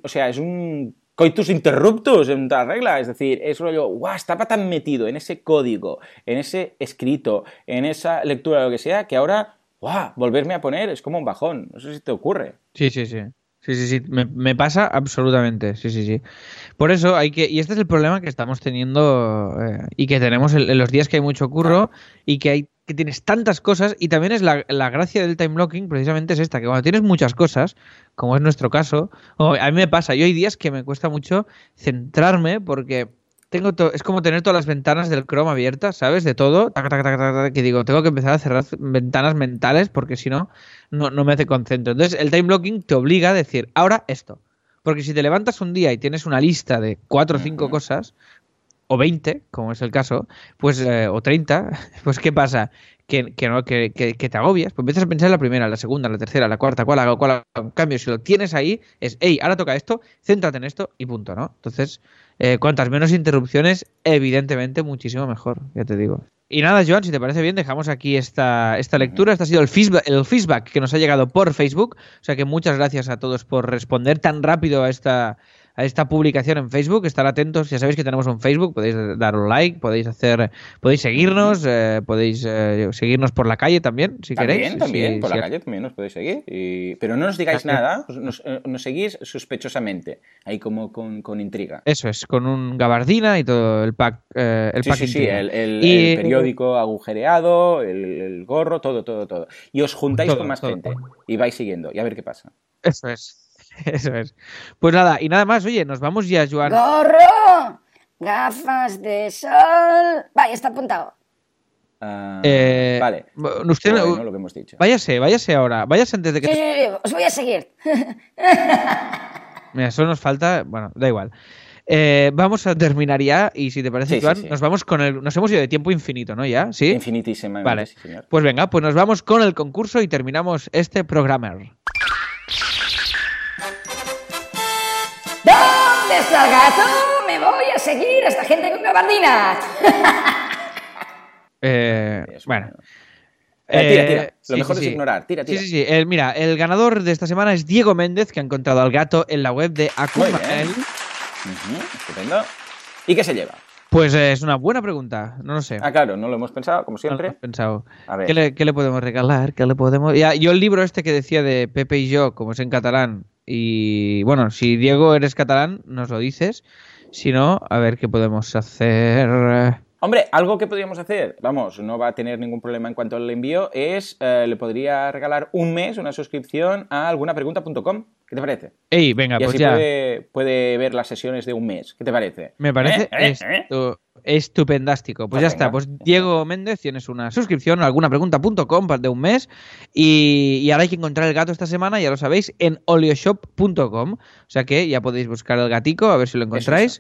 un coitus interruptus en toda regla, es decir, es rollo, estaba tan metido en ese código, en ese escrito, en esa lectura, lo que sea, que ahora, volverme a poner es como un bajón, no sé si te ocurre.
Sí, me pasa absolutamente, sí. Por eso y este es el problema que estamos teniendo y que tenemos en los días que hay mucho curro y que tienes tantas cosas, y también es la gracia del time blocking precisamente es esta, que cuando tienes muchas cosas, como es nuestro caso, a mí me pasa, yo hay días que me cuesta mucho centrarme porque es como tener todas las ventanas del Chrome abiertas, ¿sabes? De todo, que digo, tengo que empezar a cerrar ventanas mentales porque si no me hace concentro. Entonces el time blocking te obliga a decir, ahora esto. Porque si te levantas un día y tienes una lista de 4 o 5 cosas, o 20, como es el caso, pues o 30, pues ¿qué pasa? Que te agobias, pues empiezas a pensar en la primera, la segunda, la tercera, la cuarta, cuál hago. En cambio, si lo tienes ahí, es, ahora toca esto, céntrate en esto y punto, ¿no? Entonces, cuantas menos interrupciones, evidentemente muchísimo mejor, ya te digo. Y nada, Joan, si te parece bien, dejamos aquí esta lectura. Este ha sido el feedback que nos ha llegado por Facebook. O sea que muchas gracias a todos por responder tan rápido a esta a esta publicación en Facebook. Estar atentos, ya sabéis que tenemos un Facebook, podéis dar un like, podéis seguirnos, podéis seguirnos por la calle también, si queréis.
También, por la calle también nos podéis seguir. Pero no nos digáis nada, nos seguís sospechosamente, ahí como con intriga.
Eso es, con un gabardina y todo el pack.
Sí, el periódico agujereado, el gorro, todo. Y os juntáis con más gente y vais siguiendo y a ver qué pasa.
Eso es. Pues nada, y nada más, oye, nos vamos ya, Joan.
¡Gorro! ¡Gafas de sol! Vaya, está apuntado.
Vale.
Usted,
bueno, lo que hemos dicho.
Váyase ahora. Váyase antes de que...
Sí, os voy a seguir.
Mira, solo nos falta... Bueno, da igual. Vamos a terminar ya y si te parece, Joan, nos vamos con el... Nos hemos ido de tiempo infinito, ¿no? ¿Ya? ¿Sí?
Infinitísimamente,
vale.
Sí, señor.
Pues venga, pues nos vamos con el concurso y terminamos este programa.
¿Dónde está el gato? Me voy a seguir a esta gente con gabardinas.
Bueno.
Tira. Lo mejor es ignorar. Tira.
Sí. Mira, el ganador de esta semana es Diego Méndez, que ha encontrado al gato en la web de Akumael.
Estupendo. ¿Y qué se lleva?
Pues es una buena pregunta, no lo sé.
Claro, no lo hemos pensado, como siempre.
No lo hemos pensado.
A ver.
¿Qué le podemos regalar? Yo el libro este que decía de Pepe y yo, como es en catalán, y bueno, si Diego eres catalán, nos lo dices. Si no, a ver qué podemos hacer.
Hombre, algo que podríamos hacer, vamos, no va a tener ningún problema en cuanto al envío, es, le podría regalar un mes una suscripción a algunapregunta.com. ¿Qué te parece?
Venga,
y
pues
así
ya.
puede ver las sesiones de un mes. ¿Qué te parece?
Me parece estupendástico. Pues ya está. Pues Diego Méndez, tienes una suscripción a algunapregunta.com de un mes y ahora hay que encontrar el gato esta semana, ya lo sabéis, en olioshop.com. O sea que ya podéis buscar el gatico, a ver si lo encontráis.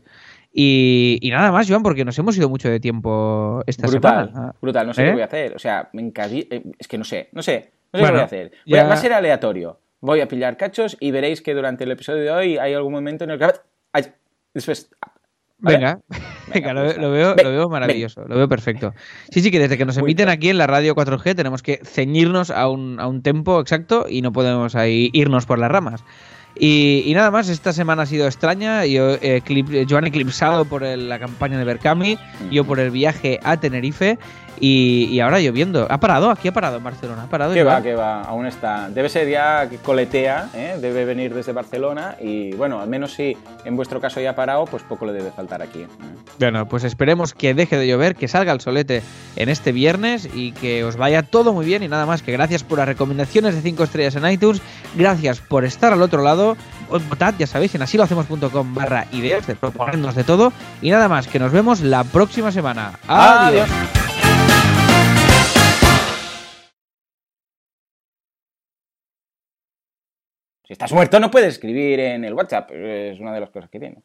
Y nada más, Joan, porque nos hemos ido mucho de tiempo esta semana.
Brutal, no sé qué voy a hacer. O sea, es que no sé qué voy a hacer. Va a ser aleatorio. Voy a pillar cachos y veréis que durante el episodio de hoy hay algún momento en el que... Después...
¿Vale? Venga, lo veo maravilloso, lo veo perfecto. Sí, que desde que nos emiten aquí en la radio 4G tenemos que ceñirnos a un tempo exacto y no podemos ahí irnos por las ramas. Y nada más, esta semana ha sido extraña. Joan eclipsado por la campaña de Berkami, yo por el viaje a Tenerife y ahora lloviendo. Aquí ha parado en Barcelona.
¿Qué va? Aún está. Debe ser ya que coletea, debe venir desde Barcelona y bueno, al menos si en vuestro caso ya ha parado, pues poco le debe faltar aquí.
Bueno, pues esperemos que deje de llover, que salga el solete en este viernes y que os vaya todo muy bien y nada más que gracias por las recomendaciones de 5 estrellas en iTunes, gracias por estar al otro lado, votad, ya sabéis, en asilohacemos.com/ideas, de proponernos de todo y nada más, que nos vemos la próxima semana. ¡Adiós!
Si estás muerto no puedes escribir en el WhatsApp, es una de las cosas que tiene.